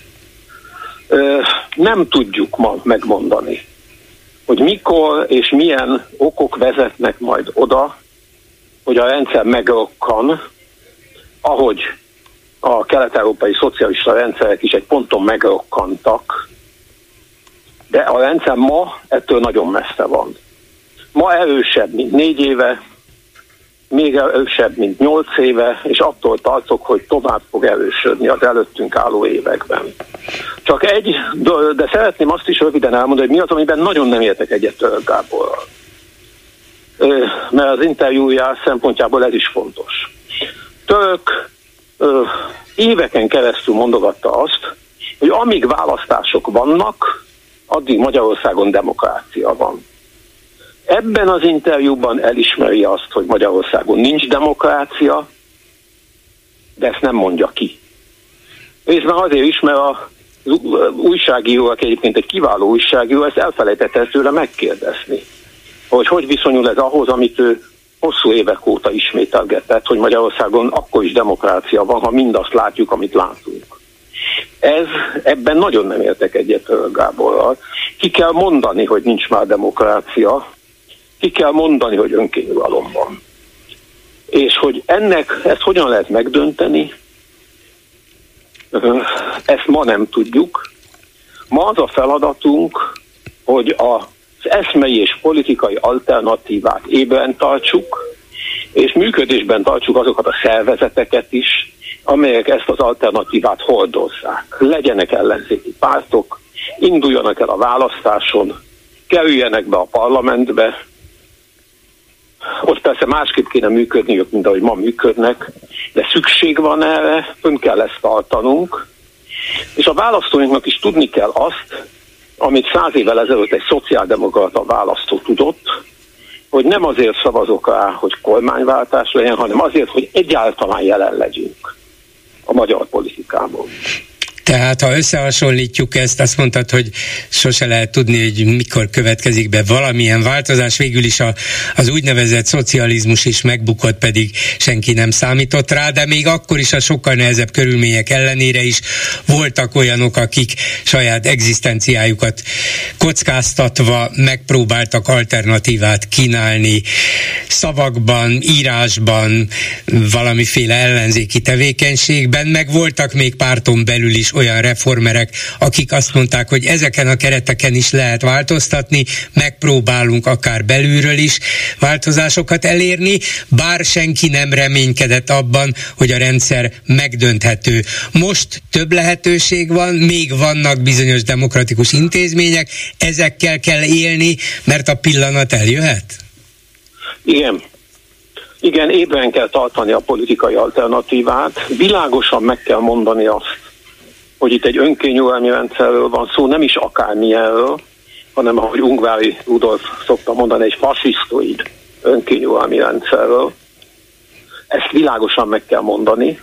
Nem tudjuk ma megmondani, hogy mikor és milyen okok vezetnek majd oda, hogy a rendszer megrokkan, ahogy a kelet-európai szocialista rendszerek is egy ponton megrokkantak, de a rendszer ma ettől nagyon messze van. Ma erősebb, mint 4 éve, még erősebb, mint 8 éve, és attól tartok, hogy tovább fog erősödni az előttünk álló években. Csak de szeretném azt is röviden elmondani, hogy mi az, amiben nagyon nem értek egyet Török Gáborral. Mert az interjúja szempontjából ez is fontos. Török éveken keresztül mondogatta azt, hogy amíg választások vannak, addig Magyarországon demokrácia van. Ebben az interjúban elismeri azt, hogy Magyarországon nincs demokrácia, de ezt nem mondja ki. Részben azért is, mert az újságíró, aki egyébként egy kiváló újságíró, ezt elfelejtette tőle megkérdezni, hogy viszonyul ez ahhoz, amit ő hosszú évek óta ismételgetett, hogy Magyarországon akkor is demokrácia van, ha mindazt látjuk, amit látunk. Ebben nagyon nem értek egyet Török Gáborral. Ki kell mondani, hogy nincs már demokrácia, ki kell mondani, hogy önkényuralom van. És hogy ezt hogyan lehet megdönteni, ezt ma nem tudjuk. Ma az a feladatunk, hogy az eszmei és politikai alternatívát ébren tartsuk, és működésben tartsuk azokat a szervezeteket is, amelyek ezt az alternatívát hordozzák. Legyenek ellenzéki pártok, induljanak el a választáson, kerüljenek be a parlamentbe. Ott persze másképp kéne működniük, mint ahogy ma működnek, de szükség van erre, fönn kell ezt tartanunk, és a választóinknak is tudni kell azt, amit 100 évvel ezelőtt egy szociáldemokrata választó tudott, hogy nem azért szavazok rá, hogy kormányváltás legyen, hanem azért, hogy egyáltalán jelen legyünk a magyar politikában. Tehát, ha összehasonlítjuk ezt, azt mondtad, hogy sose lehet tudni, hogy mikor következik be valamilyen változás. Végül is az úgynevezett szocializmus is megbukott, pedig senki nem számított rá, de még akkor is a sokkal nehezebb körülmények ellenére is voltak olyanok, akik saját egzisztenciájukat kockáztatva megpróbáltak alternatívát kínálni szavakban, írásban, valamiféle ellenzéki tevékenységben, meg voltak még párton belül is olyan reformerek, akik azt mondták, hogy ezeken a kereteken is lehet változtatni, megpróbálunk akár belülről is változásokat elérni, bár senki nem reménykedett abban, hogy a rendszer megdönthető. Most több lehetőség van, még vannak bizonyos demokratikus intézmények, ezekkel kell élni, mert a pillanat eljöhet? Igen, ébren kell tartani a politikai alternatívát, világosan meg kell mondani azt, hogy itt egy önkényuralmi rendszerről van szó, nem is akármilyenről, hanem ahogy Ungvári Rudolf szokta mondani, egy fasisztoid önkényuralmi rendszerről. Ezt világosan meg kell mondani.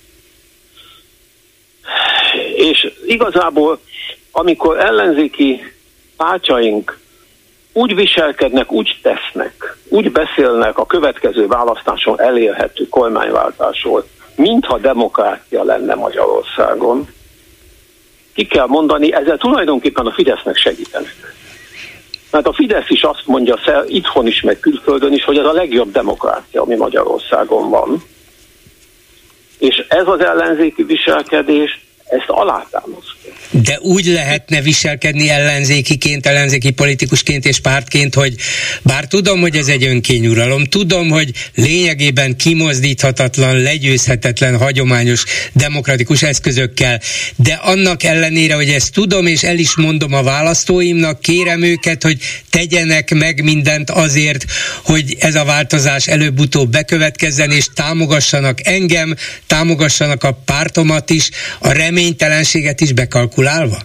És igazából, amikor ellenzéki pártjaink úgy viselkednek, úgy tesznek, úgy beszélnek a következő választáson elérhető kormányváltásról, mintha demokrácia lenne Magyarországon, ki kell mondani, ezzel tulajdonképpen a Fidesznek segítenek. Mert a Fidesz is azt mondja itthon is, meg külföldön is, hogy ez a legjobb demokrácia, ami Magyarországon van. És ez az ellenzéki viselkedés, ezt alátámasztja. De úgy lehetne viselkedni ellenzékiként, ellenzéki politikusként és pártként, hogy bár tudom, hogy ez egy önkényuralom, tudom, hogy lényegében kimozdíthatatlan, legyőzhetetlen, hagyományos, demokratikus eszközökkel, de annak ellenére, hogy ezt tudom, és el is mondom a választóimnak, kérem őket, hogy tegyenek meg mindent azért, hogy ez a változás előbb-utóbb bekövetkezzen, és támogassanak engem, támogassanak a pártomat is, a reménytelenséget is bekalkulálva?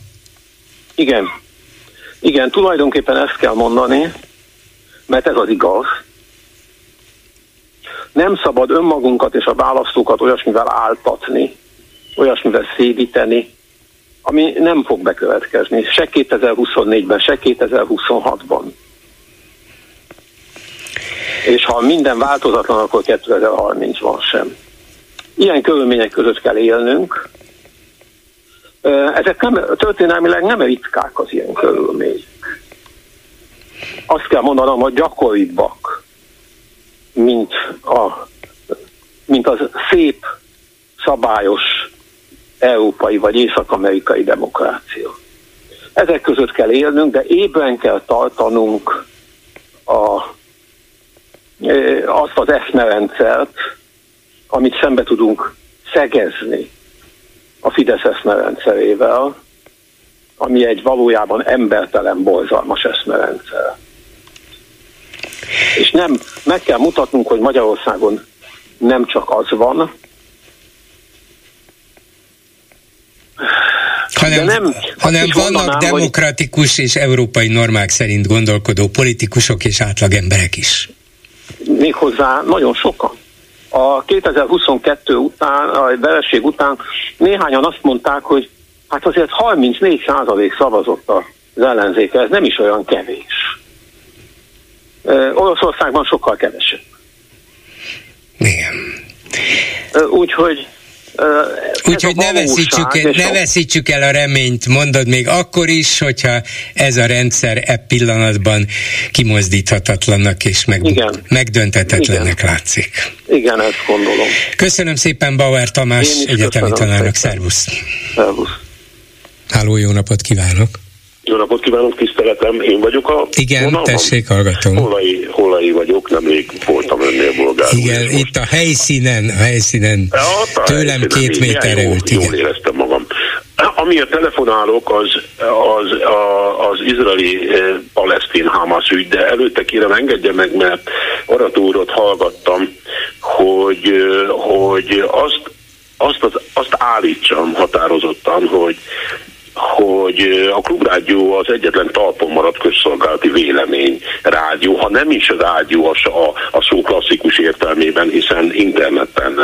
Igen, tulajdonképpen ezt kell mondani, mert ez az igaz. Nem szabad önmagunkat és a választókat olyasmivel áltatni, olyasmivel szédíteni, ami nem fog bekövetkezni, se 2024-ben, se 2026-ban. És ha minden változatlan, akkor 2030-ban sem. Ilyen körülmények között kell élnünk. Ezek történelmileg nem ritkák az ilyen körülmények. Azt kell mondanom, hogy gyakoribbak, mint az szép, szabályos európai vagy észak-amerikai demokrácia. Ezek között kell élnünk, de ébren kell tartanunk azt az eszmerendszert, amit szembe tudunk szegezni a Fidesz eszmerendszerével, ami egy valójában embertelen, borzalmas eszmerendszer. És meg kell mutatnunk, hogy Magyarországon nem csak az van, hanem vannak demokratikus és európai normák szerint gondolkodó politikusok és átlagemberek is. Méghozzá nagyon sokan. A 2022 után, a vereség után néhányan azt mondták, hogy hát azért 34% szavazott az ellenzékre, ez nem is olyan kevés. Oroszországban sokkal kevesebb. Igen. Úgyhogy ne veszítsük el a reményt, mondod még akkor is, hogyha ez a rendszer pillanatban kimozdíthatatlannak és megdönthetetlennek látszik. Igen, ezt gondolom. Köszönöm szépen Bauer Tamás egyetemi tanárnak, szervusz! Szervusz! Háló, jó napot kívánok! Jó napot kívánok, tiszteletem, én vagyok a igen, vonalban? Tessék, hallgatom. Holai vagyok, nemrég voltam önnél Bolgár. Igen, itt a helyszínen tőlem 2 méterre ült. Jól éreztem magam. Amiért telefonálok, az izraeli-palesztin-Hamas ügy, de előtte kérem engedje meg, mert Aratúrot hallgattam, hogy azt állítsam határozottan, hogy a Klubrádió az egyetlen talpon maradt közszolgálati vélemény rádió, ha nem is rádió a szó klasszikus értelmében, hiszen interneten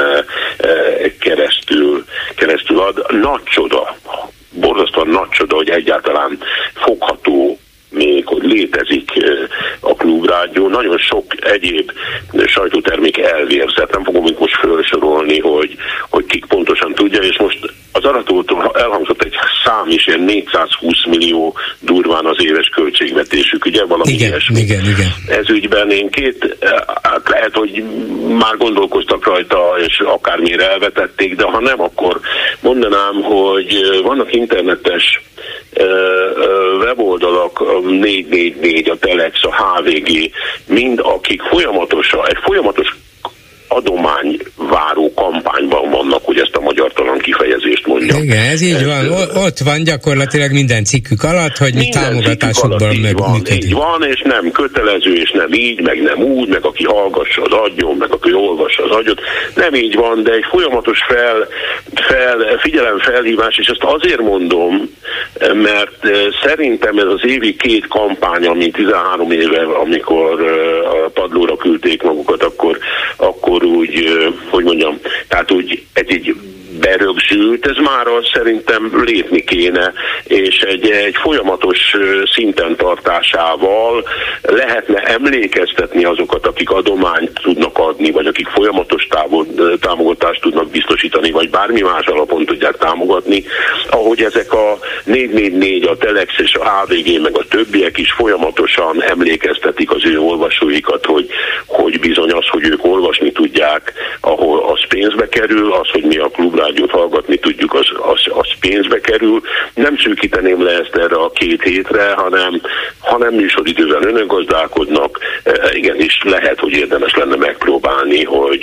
keresztül ad. Nagy csoda, borzasztóan nagy csoda, hogy egyáltalán fogható még, hogy létezik a Klubrádió. Nagyon sok egyéb sajtótermék elvérzett. Nem fogom itt most felsorolni, hogy kik pontosan tudja, és most az Aratótól elhangzott egy szám is, ilyen 420 millió durván az éves költségvetésük, ugye valami ilyesmi. Igen. Ez ügyben én lehet, hogy már gondolkoztak rajta, és akármire elvetették, de ha nem, akkor mondanám, hogy vannak internetes weboldalak, 444, a Telex, a HVG, mind akik egy folyamatos adományváró kampányban vannak, hogy ezt a magyartalan kifejezést mondjam. Igen, ez így van. Ott van gyakorlatilag minden cikkük alatt, hogy mi támogatásokból működünk. Így van, és nem kötelező, és nem így, meg nem úgy, meg aki hallgassa az adjon, meg aki olvassa az adjon. Nem így van, de egy folyamatos figyelemfelhívás, és ezt azért mondom, mert szerintem ez az évi 2 kampány, ami 13 éve, amikor a padlóra küldték magukat, akkor úgy, hogy mondjam, tehát úgy ez így berögzült, ez már szerintem lépni kéne, és egy folyamatos szinten tartásával lehetne emlékeztetni azokat, akik adományt tudnak adni, vagy akik folyamatos támogatást tudnak biztosítani, vagy bármi más alapon tudják támogatni, ahogy ezek a 444, a Telex és a HVG, meg a többiek is folyamatosan emlékeztetik az ő olvasóikat, hogy bizony az, hogy ők olvasni tudják, ahol az pénzbe kerül, az, hogy mi a Klubrádiót hallgatni tudjuk, az pénzbe kerül. Nem szűkíteném le ezt erre a 2 hétre, hanem műsoridővel önöngazdálkodnak. Igenis lehet, hogy érdemes lenne megpróbálni,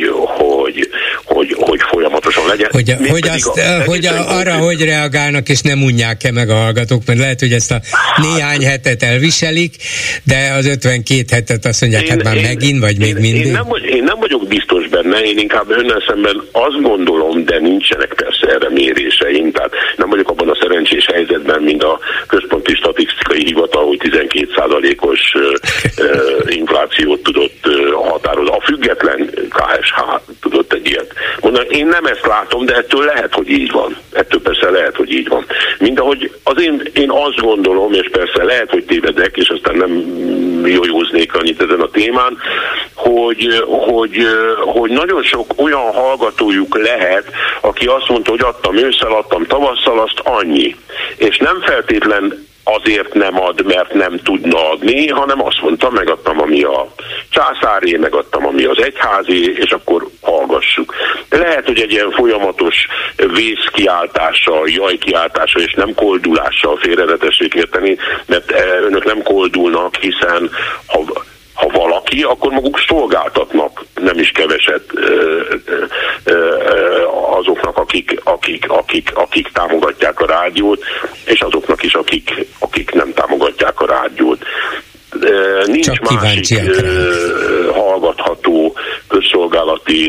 hogy folyamatosan legyen. Hogy arra, hogy reagálnak, és nem unják-e meg a hallgatók, mert lehet, hogy ezt a néhány hetet elviselik, de az 52 hetet azt mondják, hát már megint, vagy még mindig. Én nem vagyok biztos benne, én inkább önnel szemben azt gondolom, de nincsenek persze erre méréseim, tehát nem vagyok abban a szerencsés helyzetben, mint a Központi Statisztikai Hivatal, hogy 12%-os inflációt tudott határozni. A független KSH tudott egy ilyet mondani. Én nem ezt látom, de ettől lehet, hogy így van. Ettől persze lehet, hogy így van. Mindahogy én azt gondolom, és persze lehet, hogy tévedek, és aztán nem jójóznék annyit ezen a témán, hogy nagyon sok olyan hallgatójuk lehet, aki azt mondta, hogy adtam ősszel, adtam tavasszal, azt annyi. És nem feltétlen azért nem ad, mert nem tudna adni, hanem azt mondta, megadtam, ami a császáré, megadtam, ami az egyházi, és akkor hallgassuk. Lehet, hogy egy ilyen folyamatos vészkiáltással, jajkiáltással, és nem koldulással félrevetessék érteni, mert önök nem koldulnak, hiszen ha valaki, akkor maguk szolgáltatnak nem is keveset azoknak, akik támogatják a rádiót, és azoknak is, akik nem támogatják a rádiót. Nincs csak másik hallgatható közszolgálati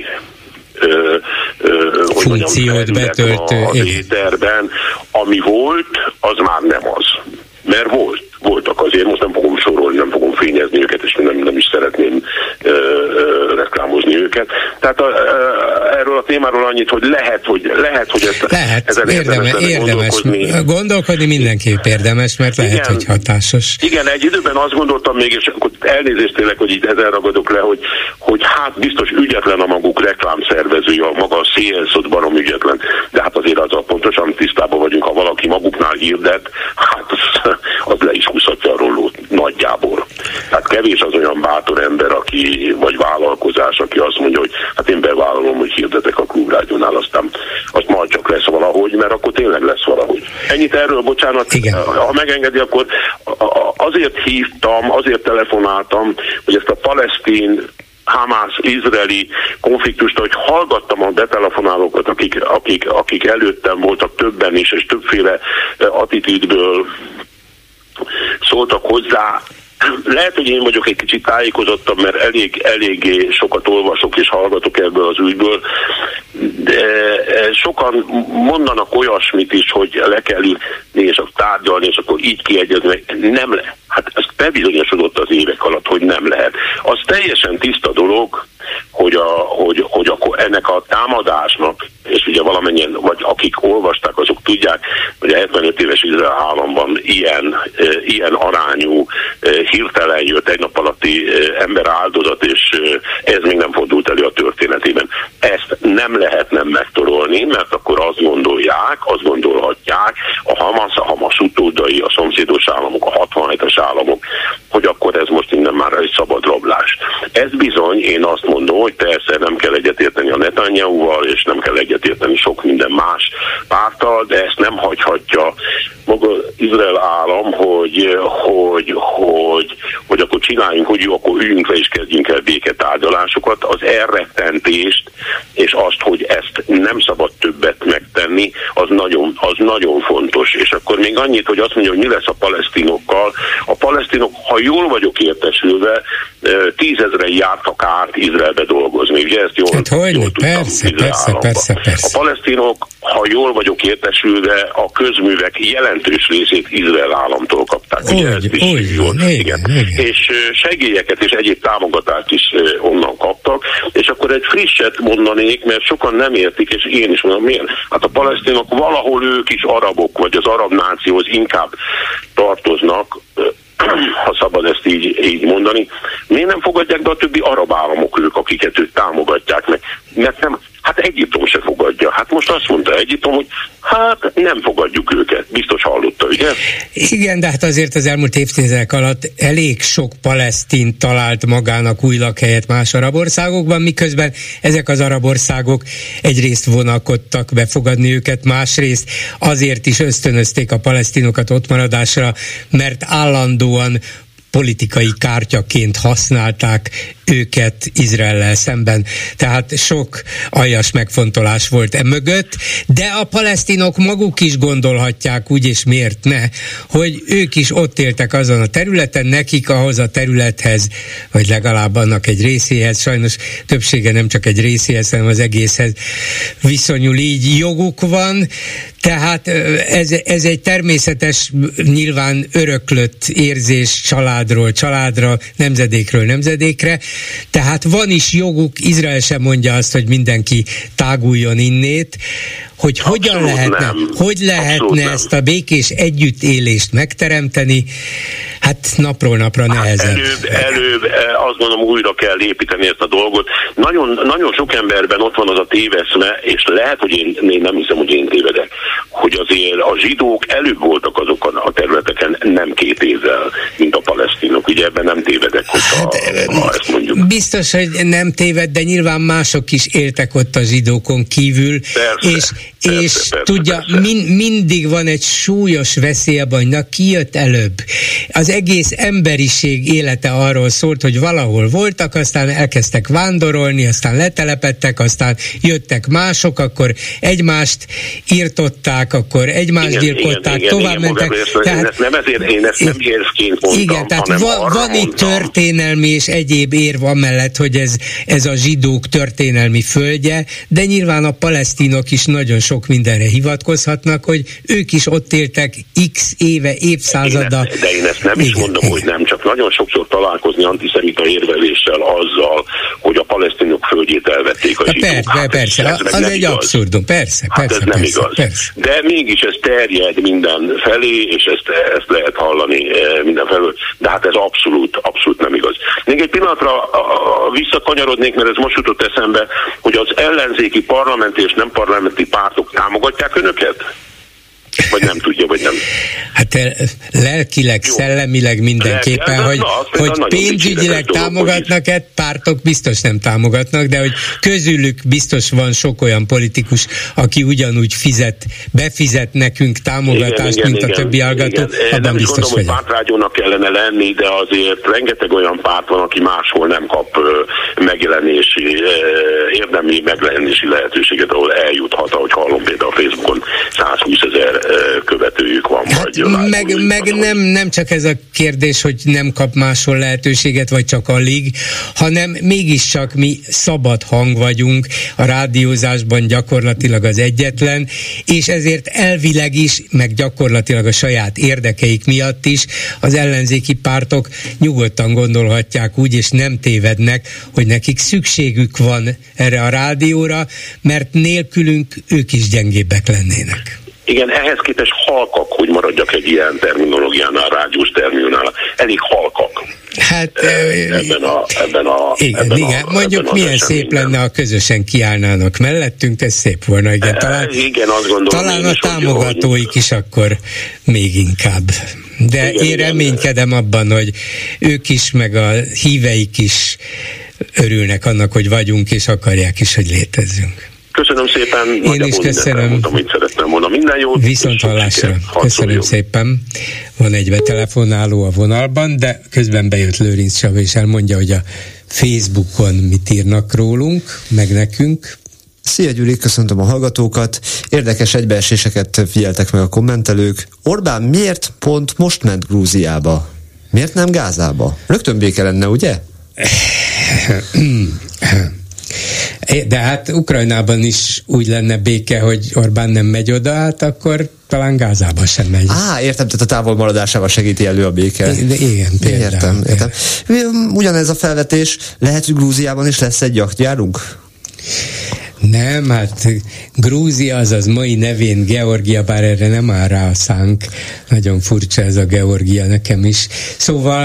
funkciót betöltő az éterben, ami volt, az már nem az. Mert voltak azért, most nem fogom sorolni, nem fogom fényezni őket, és nem is szeretném reklámozni őket. Tehát erről a témáról annyit, hogy lehet, hogy ezen érdemes gondolkodni mindenképp érdemes, mert lehet, igen, hogy hatásos. Igen, egy időben azt gondoltam még, és akkor elnézést tényleg, hogy itt ezen ragadok le, hogy hát biztos ügyetlen a maguk reklámszervezője, a maga a sales ott barom ügyetlen, de hát azért azzal pontosan tisztában vagyunk, ha valaki maguknál hirdet, hát az le is húzhatja a rollót nagyjából. Tehát kevés az olyan bátor ember, vagy vállalkozás, aki azt mondja, hogy hát én bevállalom, hogy hirdetek a Klubrádiónál, aztán azt majd csak lesz valahogy, mert akkor tényleg lesz valahogy. Ennyit erről, bocsánat, igen. Ha megengedi, akkor azért hívtam, azért telefonáltam, hogy ezt a palesztin Hamász-izraeli konfliktust, hogy hallgattam a betelefonálókat, akik előttem voltak többen is, és többféle attitűdből szóltak hozzá. Lehet, hogy én vagyok egy kicsit tájékozottabb, mert eléggé sokat olvasok és hallgatok ebből az ügyből, de sokan mondanak olyasmit is, hogy le kell ülni és tárgyalni, és akkor így kiegyezni. Nem lehet. Hát ez bebizonyosodott az évek alatt, hogy nem lehet. Az teljesen tiszta dolog, hogy akkor ennek a támadásnak, és ugye valamennyien, vagy akik olvasták, azok tudják, hogy a 75 éves Izrael államban ilyen arányú hirtelen jött egy nap alatti ember áldozat, és ez még nem fordult elő a történetében. Ezt nem lehet nem megtorolni, mert akkor azt gondolhatják a Hamas utódai, a szomszédos államok, a 67-es államok, hogy akkor ez most innen már egy szabad rablás. Ez bizony, én azt mondom, hogy persze nem kell egyetérteni a Netanyahuval, és nem kell egyetérteni sok minden más párttal, de ezt nem hagyhatja maga Izrael állam, hogy akkor csináljunk, hogy jó, akkor üljünk le és kezdjünk el béketárgyalásokat. Az elrettentést és azt, hogy ezt nem szabad többet megtenni, az nagyon fontos. És akkor még annyit, hogy azt mondja, hogy mi lesz a palesztinokkal. A palesztinok, ha jól vagyok értesülve, 10 000-en jártak át Izraelbe dolgozni. Ugye ezt jól tudtam. Persze. A palesztinok, ha jól vagyok értesülve, a közművek jelentős részét Izrael államtól kapták. Igen. És segélyeket és egyéb támogatást is onnan kaptak, és akkor egy frisset mondanék, mert sokan nem értik, és én is mondom, miért? Hát a palesztinok valahol ők is arabok, vagy az arab nációhoz inkább tartoznak, ha szabad ezt így mondani. Miért nem fogadják be a többi arab államok ők, akiket ők támogatják meg? Mert nem, hát Egyiptom se fogadja. Hát most azt mondta Egyiptom, hogy Hát nem fogadjuk őket, biztos hallotta, ugye? Igen, de hát azért az elmúlt évtizedek alatt elég sok palesztin talált magának új lakhelyet más arab országokban, miközben ezek az arab országok egyrészt vonakodtak befogadni őket, másrészt azért is ösztönözték a palesztinokat ottmaradásra, mert állandóan politikai kártyaként használták őket Izraellel szemben. Tehát sok aljas megfontolás volt emögött, de a palesztinok maguk is gondolhatják, úgy és miért ne, hogy ők is ott éltek azon a területen, nekik ahhoz a területhez, vagy legalább annak egy részéhez, sajnos többsége nem csak egy részéhez, hanem az egészhez viszonyul, így joguk van, tehát ez egy természetes, nyilván öröklött érzés családról családra, nemzedékről nemzedékre, tehát van is joguk, Izrael sem mondja azt, hogy mindenki táguljon innét, hogy hogyan lehetne ezt a békés együttélést megteremteni, hát napról napra nehezebb. Előbb azt gondolom, újra kell építeni ezt a dolgot. Nagyon sok emberben ott van az a téveszme, és lehet, hogy én nem hiszem, hogy én tévedek, hogy azért a zsidók előbb voltak azokon a területeken, nem 2 évvel, mint a palesztinok. Ugye ebben nem tévedek, hogyha ezt mondjuk. Biztos, hogy nem téved, de nyilván mások is éltek ott a zsidókon kívül, és tudja, mindig van egy súlyos veszély abban, hogy na, ki jött előbb. Az egész emberiség élete arról szólt, hogy valahol voltak, aztán elkezdtek vándorolni, aztán letelepedtek, aztán jöttek mások, akkor egymást írtották, akkor egymást gyilkolták, tovább mentek. Én ezt nem érvként mondtam, igen, tehát van itt történelmi és egyéb érv amellett, hogy ez a zsidók történelmi földje, de nyilván a palesztinok is nagyon sok mindenre hivatkozhatnak, hogy ők is ott éltek x éve, évszázada. De én ezt nem is mondom, hogy nem, csak nagyon sokszor találkozni antiszemita érveléssel azzal, hogy a palesztinok földjét elvették a zsidók. Persze, az egy abszurdum, persze. Ez nem igaz. Persze. De mégis ez terjed minden felé, és ezt lehet hallani mindenfelől, de hát ez abszolút nem igaz. Még egy pillanatra visszakanyarodnék, mert ez most jutott eszembe, hogy az ellenzéki parlamenti és nem parlamenti pártok támogatják önöket? Vagy nem tudja, vagy nem. Hát lelkileg, szellemileg mindenképpen, hogy pénzügyileg támogatnak-e, pártok biztos nem támogatnak, de hogy közülük biztos van sok olyan politikus, aki ugyanúgy befizet nekünk támogatást, mint a többi hallgató, abban nem biztos gondolom, vagyok. hogy pártrágyónak kellene lenni, de azért rengeteg olyan párt van, aki máshol nem kap érdemi megjelenési lehetőséget, ahol eljuthat, ahogy hallom például a Facebookon 120 000 követőjük van. Meg nem csak ez a kérdés, hogy nem kap máshol lehetőséget, vagy csak alig, hanem mégiscsak mi szabad hang vagyunk, a rádiózásban gyakorlatilag az egyetlen, és ezért elvileg is, meg gyakorlatilag a saját érdekeik miatt is az ellenzéki pártok nyugodtan gondolhatják úgy, és nem tévednek, hogy nekik szükségük van erre a rádióra, mert nélkülünk ők is gyengébbek lennének. Igen, ehhez képest halkak, hogy maradjak egy ilyen terminológiánál, rádiós terminálnál. Elég halkak. Hát ebben mondjuk milyen szép lenne, ha közösen kiállnának mellettünk, ez szép volna, igen. Igen, azt gondolom. Talán a támogatóik is akkor még inkább. De én reménykedem abban, hogy ők is, meg a híveik is örülnek annak, hogy vagyunk, és akarják is, hogy létezzünk. Köszönöm szépen. Én is köszönöm. Mondtam, amit szerettem volna. Minden jót. Viszont hallásra. Köszönöm szépen. Van egy betelefonáló a vonalban, de közben bejött Lőrinc Csaba, és elmondja, hogy a Facebookon mit írnak rólunk, meg nekünk. Szia Gyuri, köszöntöm a hallgatókat. Érdekes egybeeséseket figyeltek meg a kommentelők. Orbán miért pont most ment Grúziába? Miért nem Gázába? Rögtön béke lenne, ugye? De hát Ukrajnában is úgy lenne béke, hogy Orbán nem megy oda, hát akkor talán Gázába sem megy. Értem, tehát a távolmaradásával segíti elő a béke. De igen, például. Értem. Ugyanez a felvetés, lehet, hogy Grúziában is lesz egy jachtjárunk? Nem, hát Grúzia, azaz mai nevén Georgia, bár erre nem áll rá a szánk. Nagyon furcsa ez a Georgia nekem is. Szóval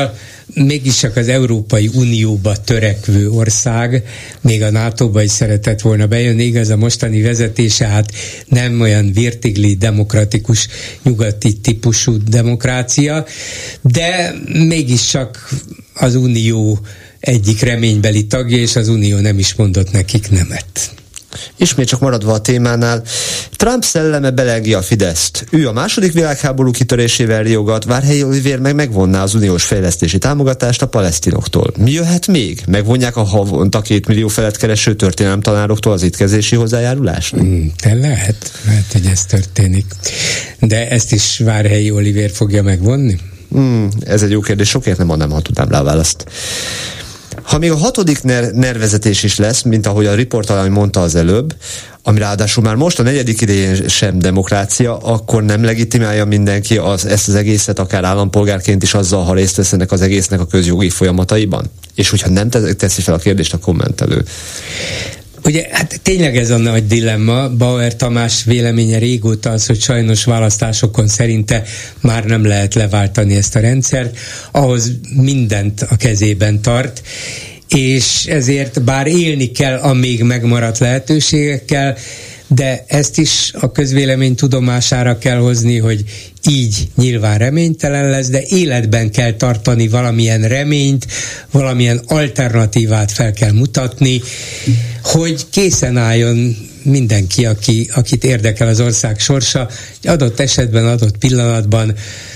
mégiscsak az Európai Unióba törekvő ország, még a NATO-ba is szeretett volna bejönni, igaz, a mostani vezetése hát nem olyan virtigli demokratikus nyugati típusú demokrácia, de mégiscsak az Unió egyik reménybeli tagja, és az Unió nem is mondott nekik nemet. Ismét csak maradva a témánál, Trump szelleme belengje a Fideszt. Ő a második világháború kitörésével riogat, Várhelyi Olivér meg megvonná az uniós fejlesztési támogatást a palesztinoktól. Mi jöhet még? Megvonják a havonta 2 millió felett kereső történelemtanároktól az étkezési hozzájárulást? De lehet, hogy ez történik. De ezt is Várhelyi Olivér fogja megvonni? Ez egy jó kérdés, sokért nem adnám, ha tudnám rá választ. Ha még a 6. nervezetés is lesz, mint ahogy a riportalany mondta az előbb, ami ráadásul már most a 4. idején sem demokrácia, akkor nem legitimálja mindenki ezt az egészet, akár állampolgárként is azzal, ha részt vesz ennek az egésznek a közjogi folyamataiban? És hogyha nem teszi fel a kérdést a kommentelő. Ugye, hát tényleg ez a nagy dilemma. Bauer Tamás véleménye régóta az, hogy sajnos választásokon szerinte már nem lehet leváltani ezt a rendszert, ahhoz mindent a kezében tart, és ezért bár élni kell a még megmaradt lehetőségekkel, de ezt is a közvélemény tudomására kell hozni, hogy így nyilván reménytelen lesz, de életben kell tartani valamilyen reményt, valamilyen alternatívát fel kell mutatni, hogy készen álljon mindenki, akit érdekel az ország sorsa, egy adott esetben, adott pillanatban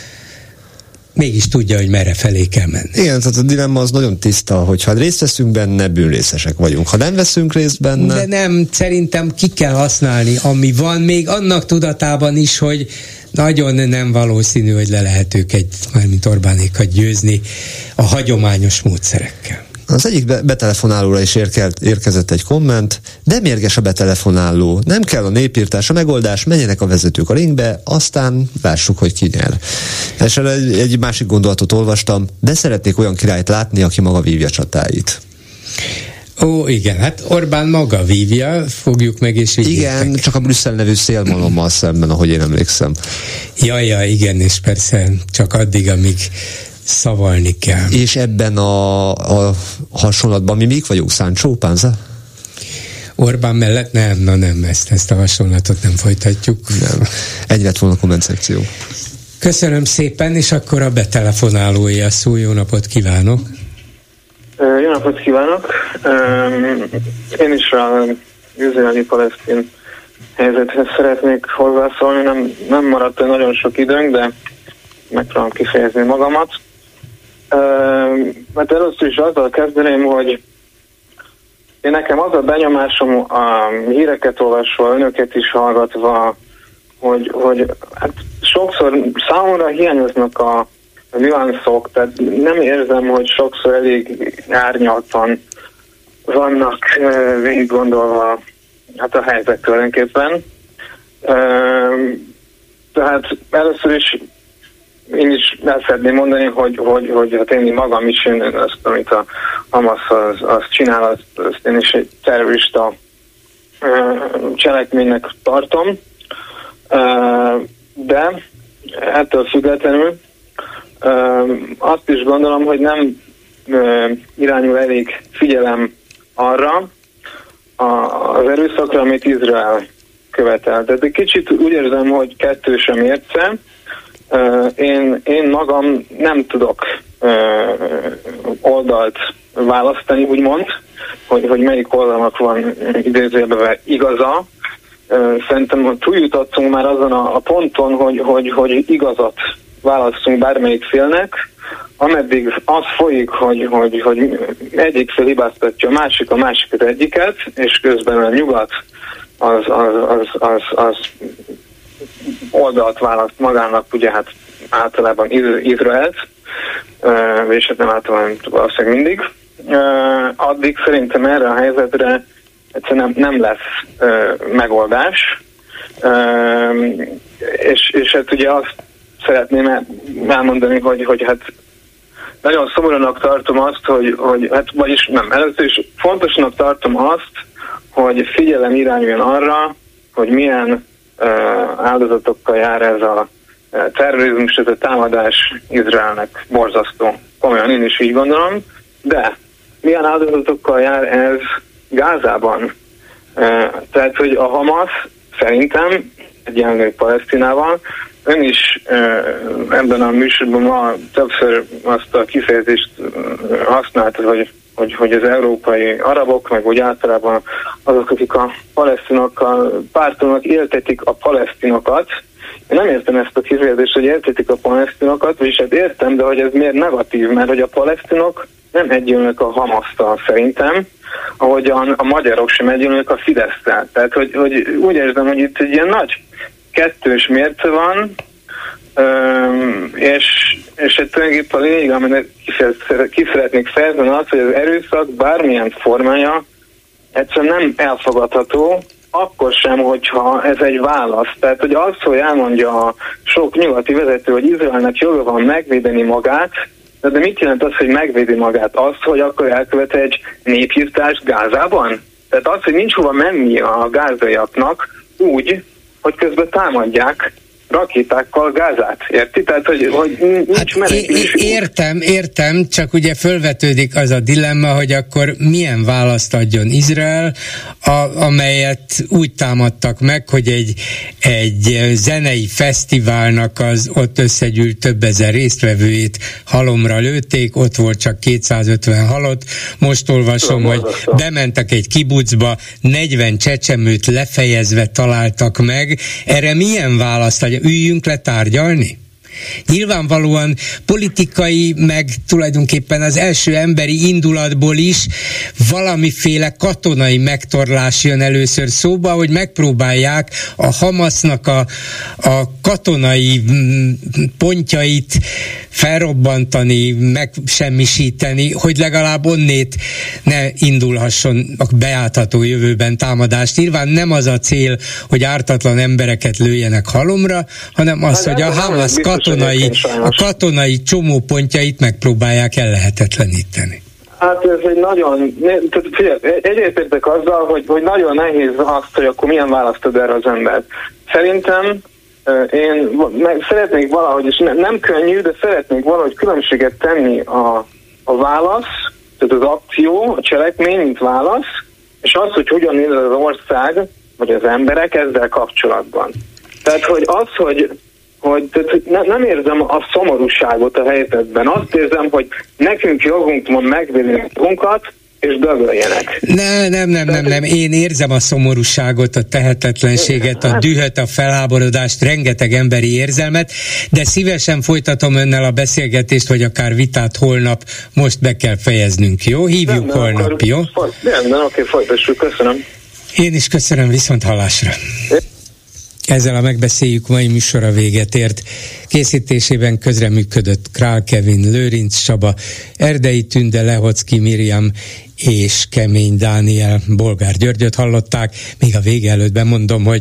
mégis tudja, hogy merre felé kell menni. Igen, tehát a dilemma az nagyon tiszta, hogy ha részt veszünk benne, bűnrészesek vagyunk. Ha nem veszünk részt benne... De nem, szerintem ki kell használni, ami van, még annak tudatában is, hogy nagyon nem valószínű, hogy le lehet őket, mármint Orbánékat győzni a hagyományos módszerekkel. Az egyik betelefonálóra is érkezett egy komment, de mérges a betelefonáló, nem kell a népírtás, a megoldás, menjenek a vezetők a ringbe, aztán lássuk, hogy ki nyer. És egy másik gondolatot olvastam, de szeretnék olyan királyt látni, aki maga vívja csatáit. Ó, igen, hát Orbán maga vívja, fogjuk meg és vigyék. Igen, meg. Csak a Brüsszel nevű szélmalommal szemben, ahogy én emlékszem. Ja, igen, és persze csak addig, amíg szavalni kell. És ebben a hasonlatban mi még vagyunk? Sancho Panza? Orbán mellett? Nem, ezt a hasonlatot nem folytatjuk. Nem. Ennyi lett volna a komment szekció. Köszönöm szépen, és akkor a betelefonálója szó. Jó napot kívánok! Jó napot kívánok! Én is az izraeli-palesztin helyzethez szeretnék hozzászólni. Nem maradt nagyon sok időnk, de megpróbálom kifejezni magamat. Mert először is azzal kezdeném, hogy nekem az a benyomásom a híreket olvasva, önöket is hallgatva, hogy hát sokszor számomra hiányoznak a nüanszok, tehát nem érzem, hogy sokszor elég árnyaltan vannak végig gondolva hát a helyzet tulajdonképpen. Tehát először is én is el szeretném mondani, hogy hát én magam is azt, amit a Hamas azt csinál, azt én is egy terrorista cselekménynek tartom. De ettől függetlenül azt is gondolom, hogy nem irányul elég figyelem arra az erőszakra, amit Izrael követel. Tehát egy kicsit úgy érzem, hogy kettős a mérce. Én magam nem tudok oldalt választani, úgymond, hogy melyik oldalnak van idézőjelben igaza. Szerintem túljutottunk már azon a ponton, hogy igazat választunk bármelyik félnek, ameddig az folyik, hogy egyik fél hibáztatja a másikat egyiket, és közben a nyugat az oldalt választ magának, ugye hát általában Izraelt, és hát nem általában valószínűleg mindig. Addig szerintem erre a helyzetre egyszerűen nem lesz megoldás. És hát ugye azt szeretném elmondani, hogy hát nagyon szomorúnak tartom azt, hogy hát vagyis nem, először is fontosnak tartom azt, hogy figyelem irányuljon arra, hogy milyen áldozatokkal jár ez a terrorizmus, ez a támadás Izraelnek borzasztó komolyan, én is így gondolom, de milyen áldozatokkal jár ez Gázában? Tehát, hogy a Hamas szerintem egyenlő Palesztinával, ön is ebben a műsorban ma többször azt a kifejezést használta, hogy az európai arabok, meg úgy általában azok, akik a palesztinokkal pártolnak, éltetik a palesztinokat. Én nem értem ezt a kifejezést, hogy éltetik a palesztinokat, vagyis hát értem, de hogy ez miért negatív, mert hogy a palesztinok nem egyenlők a Hamasztal szerintem, ahogyan a magyarok sem egyenlők a Fidesztel. Tehát, hogy úgy érzem, hogy itt egy ilyen nagy kettős mérce van, és tulajdonképpen a lényeg, amit ki szeretnék fejezni, az, hogy az erőszak bármilyen formája egyszerűen nem elfogadható, akkor sem, hogyha ez egy válasz. Tehát, hogy az, hogy elmondja a sok nyugati vezető, hogy Izraelnek joga van megvédeni magát, de mit jelent az, hogy megvédi magát? Az, hogy akkor elkövet egy népírtást Gázában? Tehát az, hogy nincs hova menni a gázaiaknak úgy, hogy közben támadják rakétákkal Gázát, érti? Tehát, hogy nincs menekülés. Értem, csak ugye fölvetődik az a dilemma, hogy akkor milyen választ adjon Izrael, amelyet úgy támadtak meg, hogy egy zenei fesztiválnak az ott összegyűlt több ezer résztvevőjét halomra lőtték, ott volt csak 250 halott. Most olvasom, hogy bementek egy kibucba, 40 csecsemőt lefejezve találtak meg. Erre milyen választ adja? Üljünk le tárgyalni? Nyilvánvalóan politikai, meg tulajdonképpen az első emberi indulatból is valamiféle katonai megtorlás jön először szóba, hogy megpróbálják a Hamasznak a katonai pontjait felrobbantani, megsemmisíteni, hogy legalább onnét ne indulhasson a beátható jövőben támadást. Nyilván nem az a cél, hogy ártatlan embereket lőjenek halomra, hanem az, hogy a Hamas katonai csomópontjait megpróbálják ellehetetleníteni. Hát ez egy nagyon... Egyetértek azzal, hogy nagyon nehéz azt, hogy akkor milyen választ ad erre az ember. Szerintem én szeretnék valahogy, és nem könnyű, de szeretnék valahogy különbséget tenni a válasz, tehát az akció, a cselekmény, mint válasz, és az, hogy hogyan él az ország, vagy az emberek ezzel kapcsolatban. Tehát, hogy az, hogy nem érzem a szomorúságot a helyzetben. Azt érzem, hogy nekünk jogunk van megvédeni magunkat, és dögöljenek. Nem. Én érzem a szomorúságot, a tehetetlenséget, a dühöt, a felháborodást, rengeteg emberi érzelmet, de szívesen folytatom önnel a beszélgetést, vagy akár vitát holnap. Most be kell fejeznünk, jó? Hívjuk holnap, jó? Oké, folytassuk, köszönöm. Én is köszönöm, viszont hallásra. Ezzel a megbeszéljük mai műsora véget ért. Készítésében közreműködött Král Kevin, Lőrinc Csaba, Erdei Tünde, Lehocki Miriam és Kemény Dániel. Bolgár Györgyöt hallották. Még a vége előtt bemondom, hogy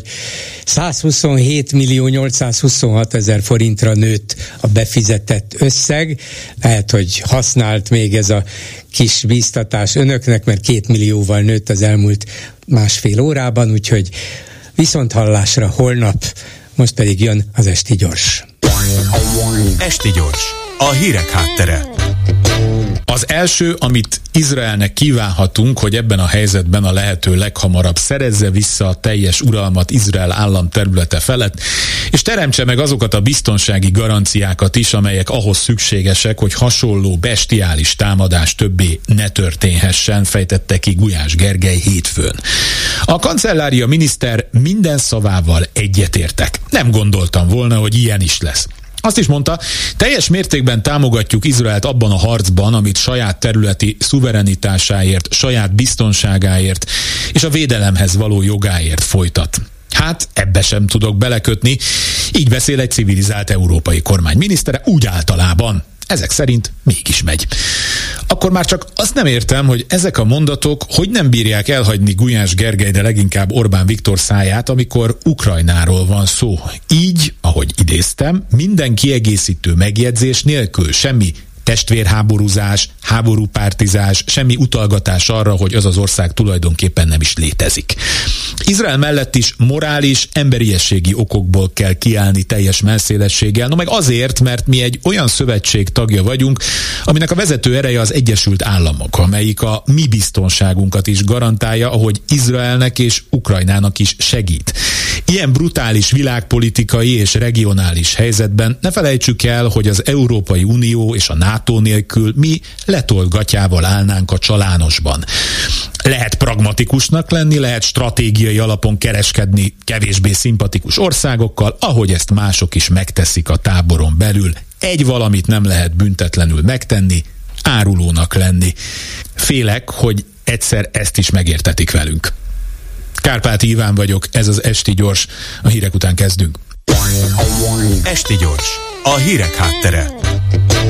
127.826.000 forintra nőtt a befizetett összeg. Lehet, hogy használt még ez a kis bíztatás önöknek, mert 2 millióval nőtt az elmúlt másfél órában, úgyhogy viszont hallásra holnap, most pedig jön az Esti Gyors. Esti Gyors, a hírek háttere. Az első, amit Izraelnek kívánhatunk, hogy ebben a helyzetben a lehető leghamarabb szerezze vissza a teljes uralmat Izrael állam területe felett, és teremtse meg azokat a biztonsági garanciákat is, amelyek ahhoz szükségesek, hogy hasonló bestiális támadás többé ne történhessen, fejtette ki Gulyás Gergely hétfőn. A kancellária miniszter minden szavával egyetértek. Nem gondoltam volna, hogy ilyen is lesz. Azt is mondta, teljes mértékben támogatjuk Izraelt abban a harcban, amit saját területi szuverenitásáért, saját biztonságáért és a védelemhez való jogáért folytat. Hát ebbe sem tudok belekötni, így beszél egy civilizált európai kormány minisztere, úgy általában. Ezek szerint mégis megy. Akkor már csak azt nem értem, hogy ezek a mondatok hogy nem bírják elhagyni Gulyás Gergely, de leginkább Orbán Viktor száját, amikor Ukrajnáról van szó. Így, ahogy idéztem, minden kiegészítő megjegyzés nélkül, semmi testvérháborúzás, háborúpártizás, semmi utalgatás arra, hogy az az ország tulajdonképpen nem is létezik. Izrael mellett is morális, emberiességi okokból kell kiállni teljes mellszélességgel, no meg azért, mert mi egy olyan szövetség tagja vagyunk, aminek a vezető ereje az Egyesült Államok, amelyik a mi biztonságunkat is garantálja, ahogy Izraelnek és Ukrajnának is segít. Ilyen brutális világpolitikai és regionális helyzetben ne felejtsük el, hogy az Európai Unió és a NATO nélkül mi letolt gatyával állnánk a csalánosban. Lehet pragmatikusnak lenni, lehet stratégiai alapon kereskedni kevésbé szimpatikus országokkal, ahogy ezt mások is megteszik a táboron belül. Egy valamit nem lehet büntetlenül megtenni, árulónak lenni. Félek, hogy egyszer ezt is megértetik velünk. Kárpáti Iván vagyok, ez az Esti Gyors, a hírek után kezdünk. Esti Gyors, a hírek háttere.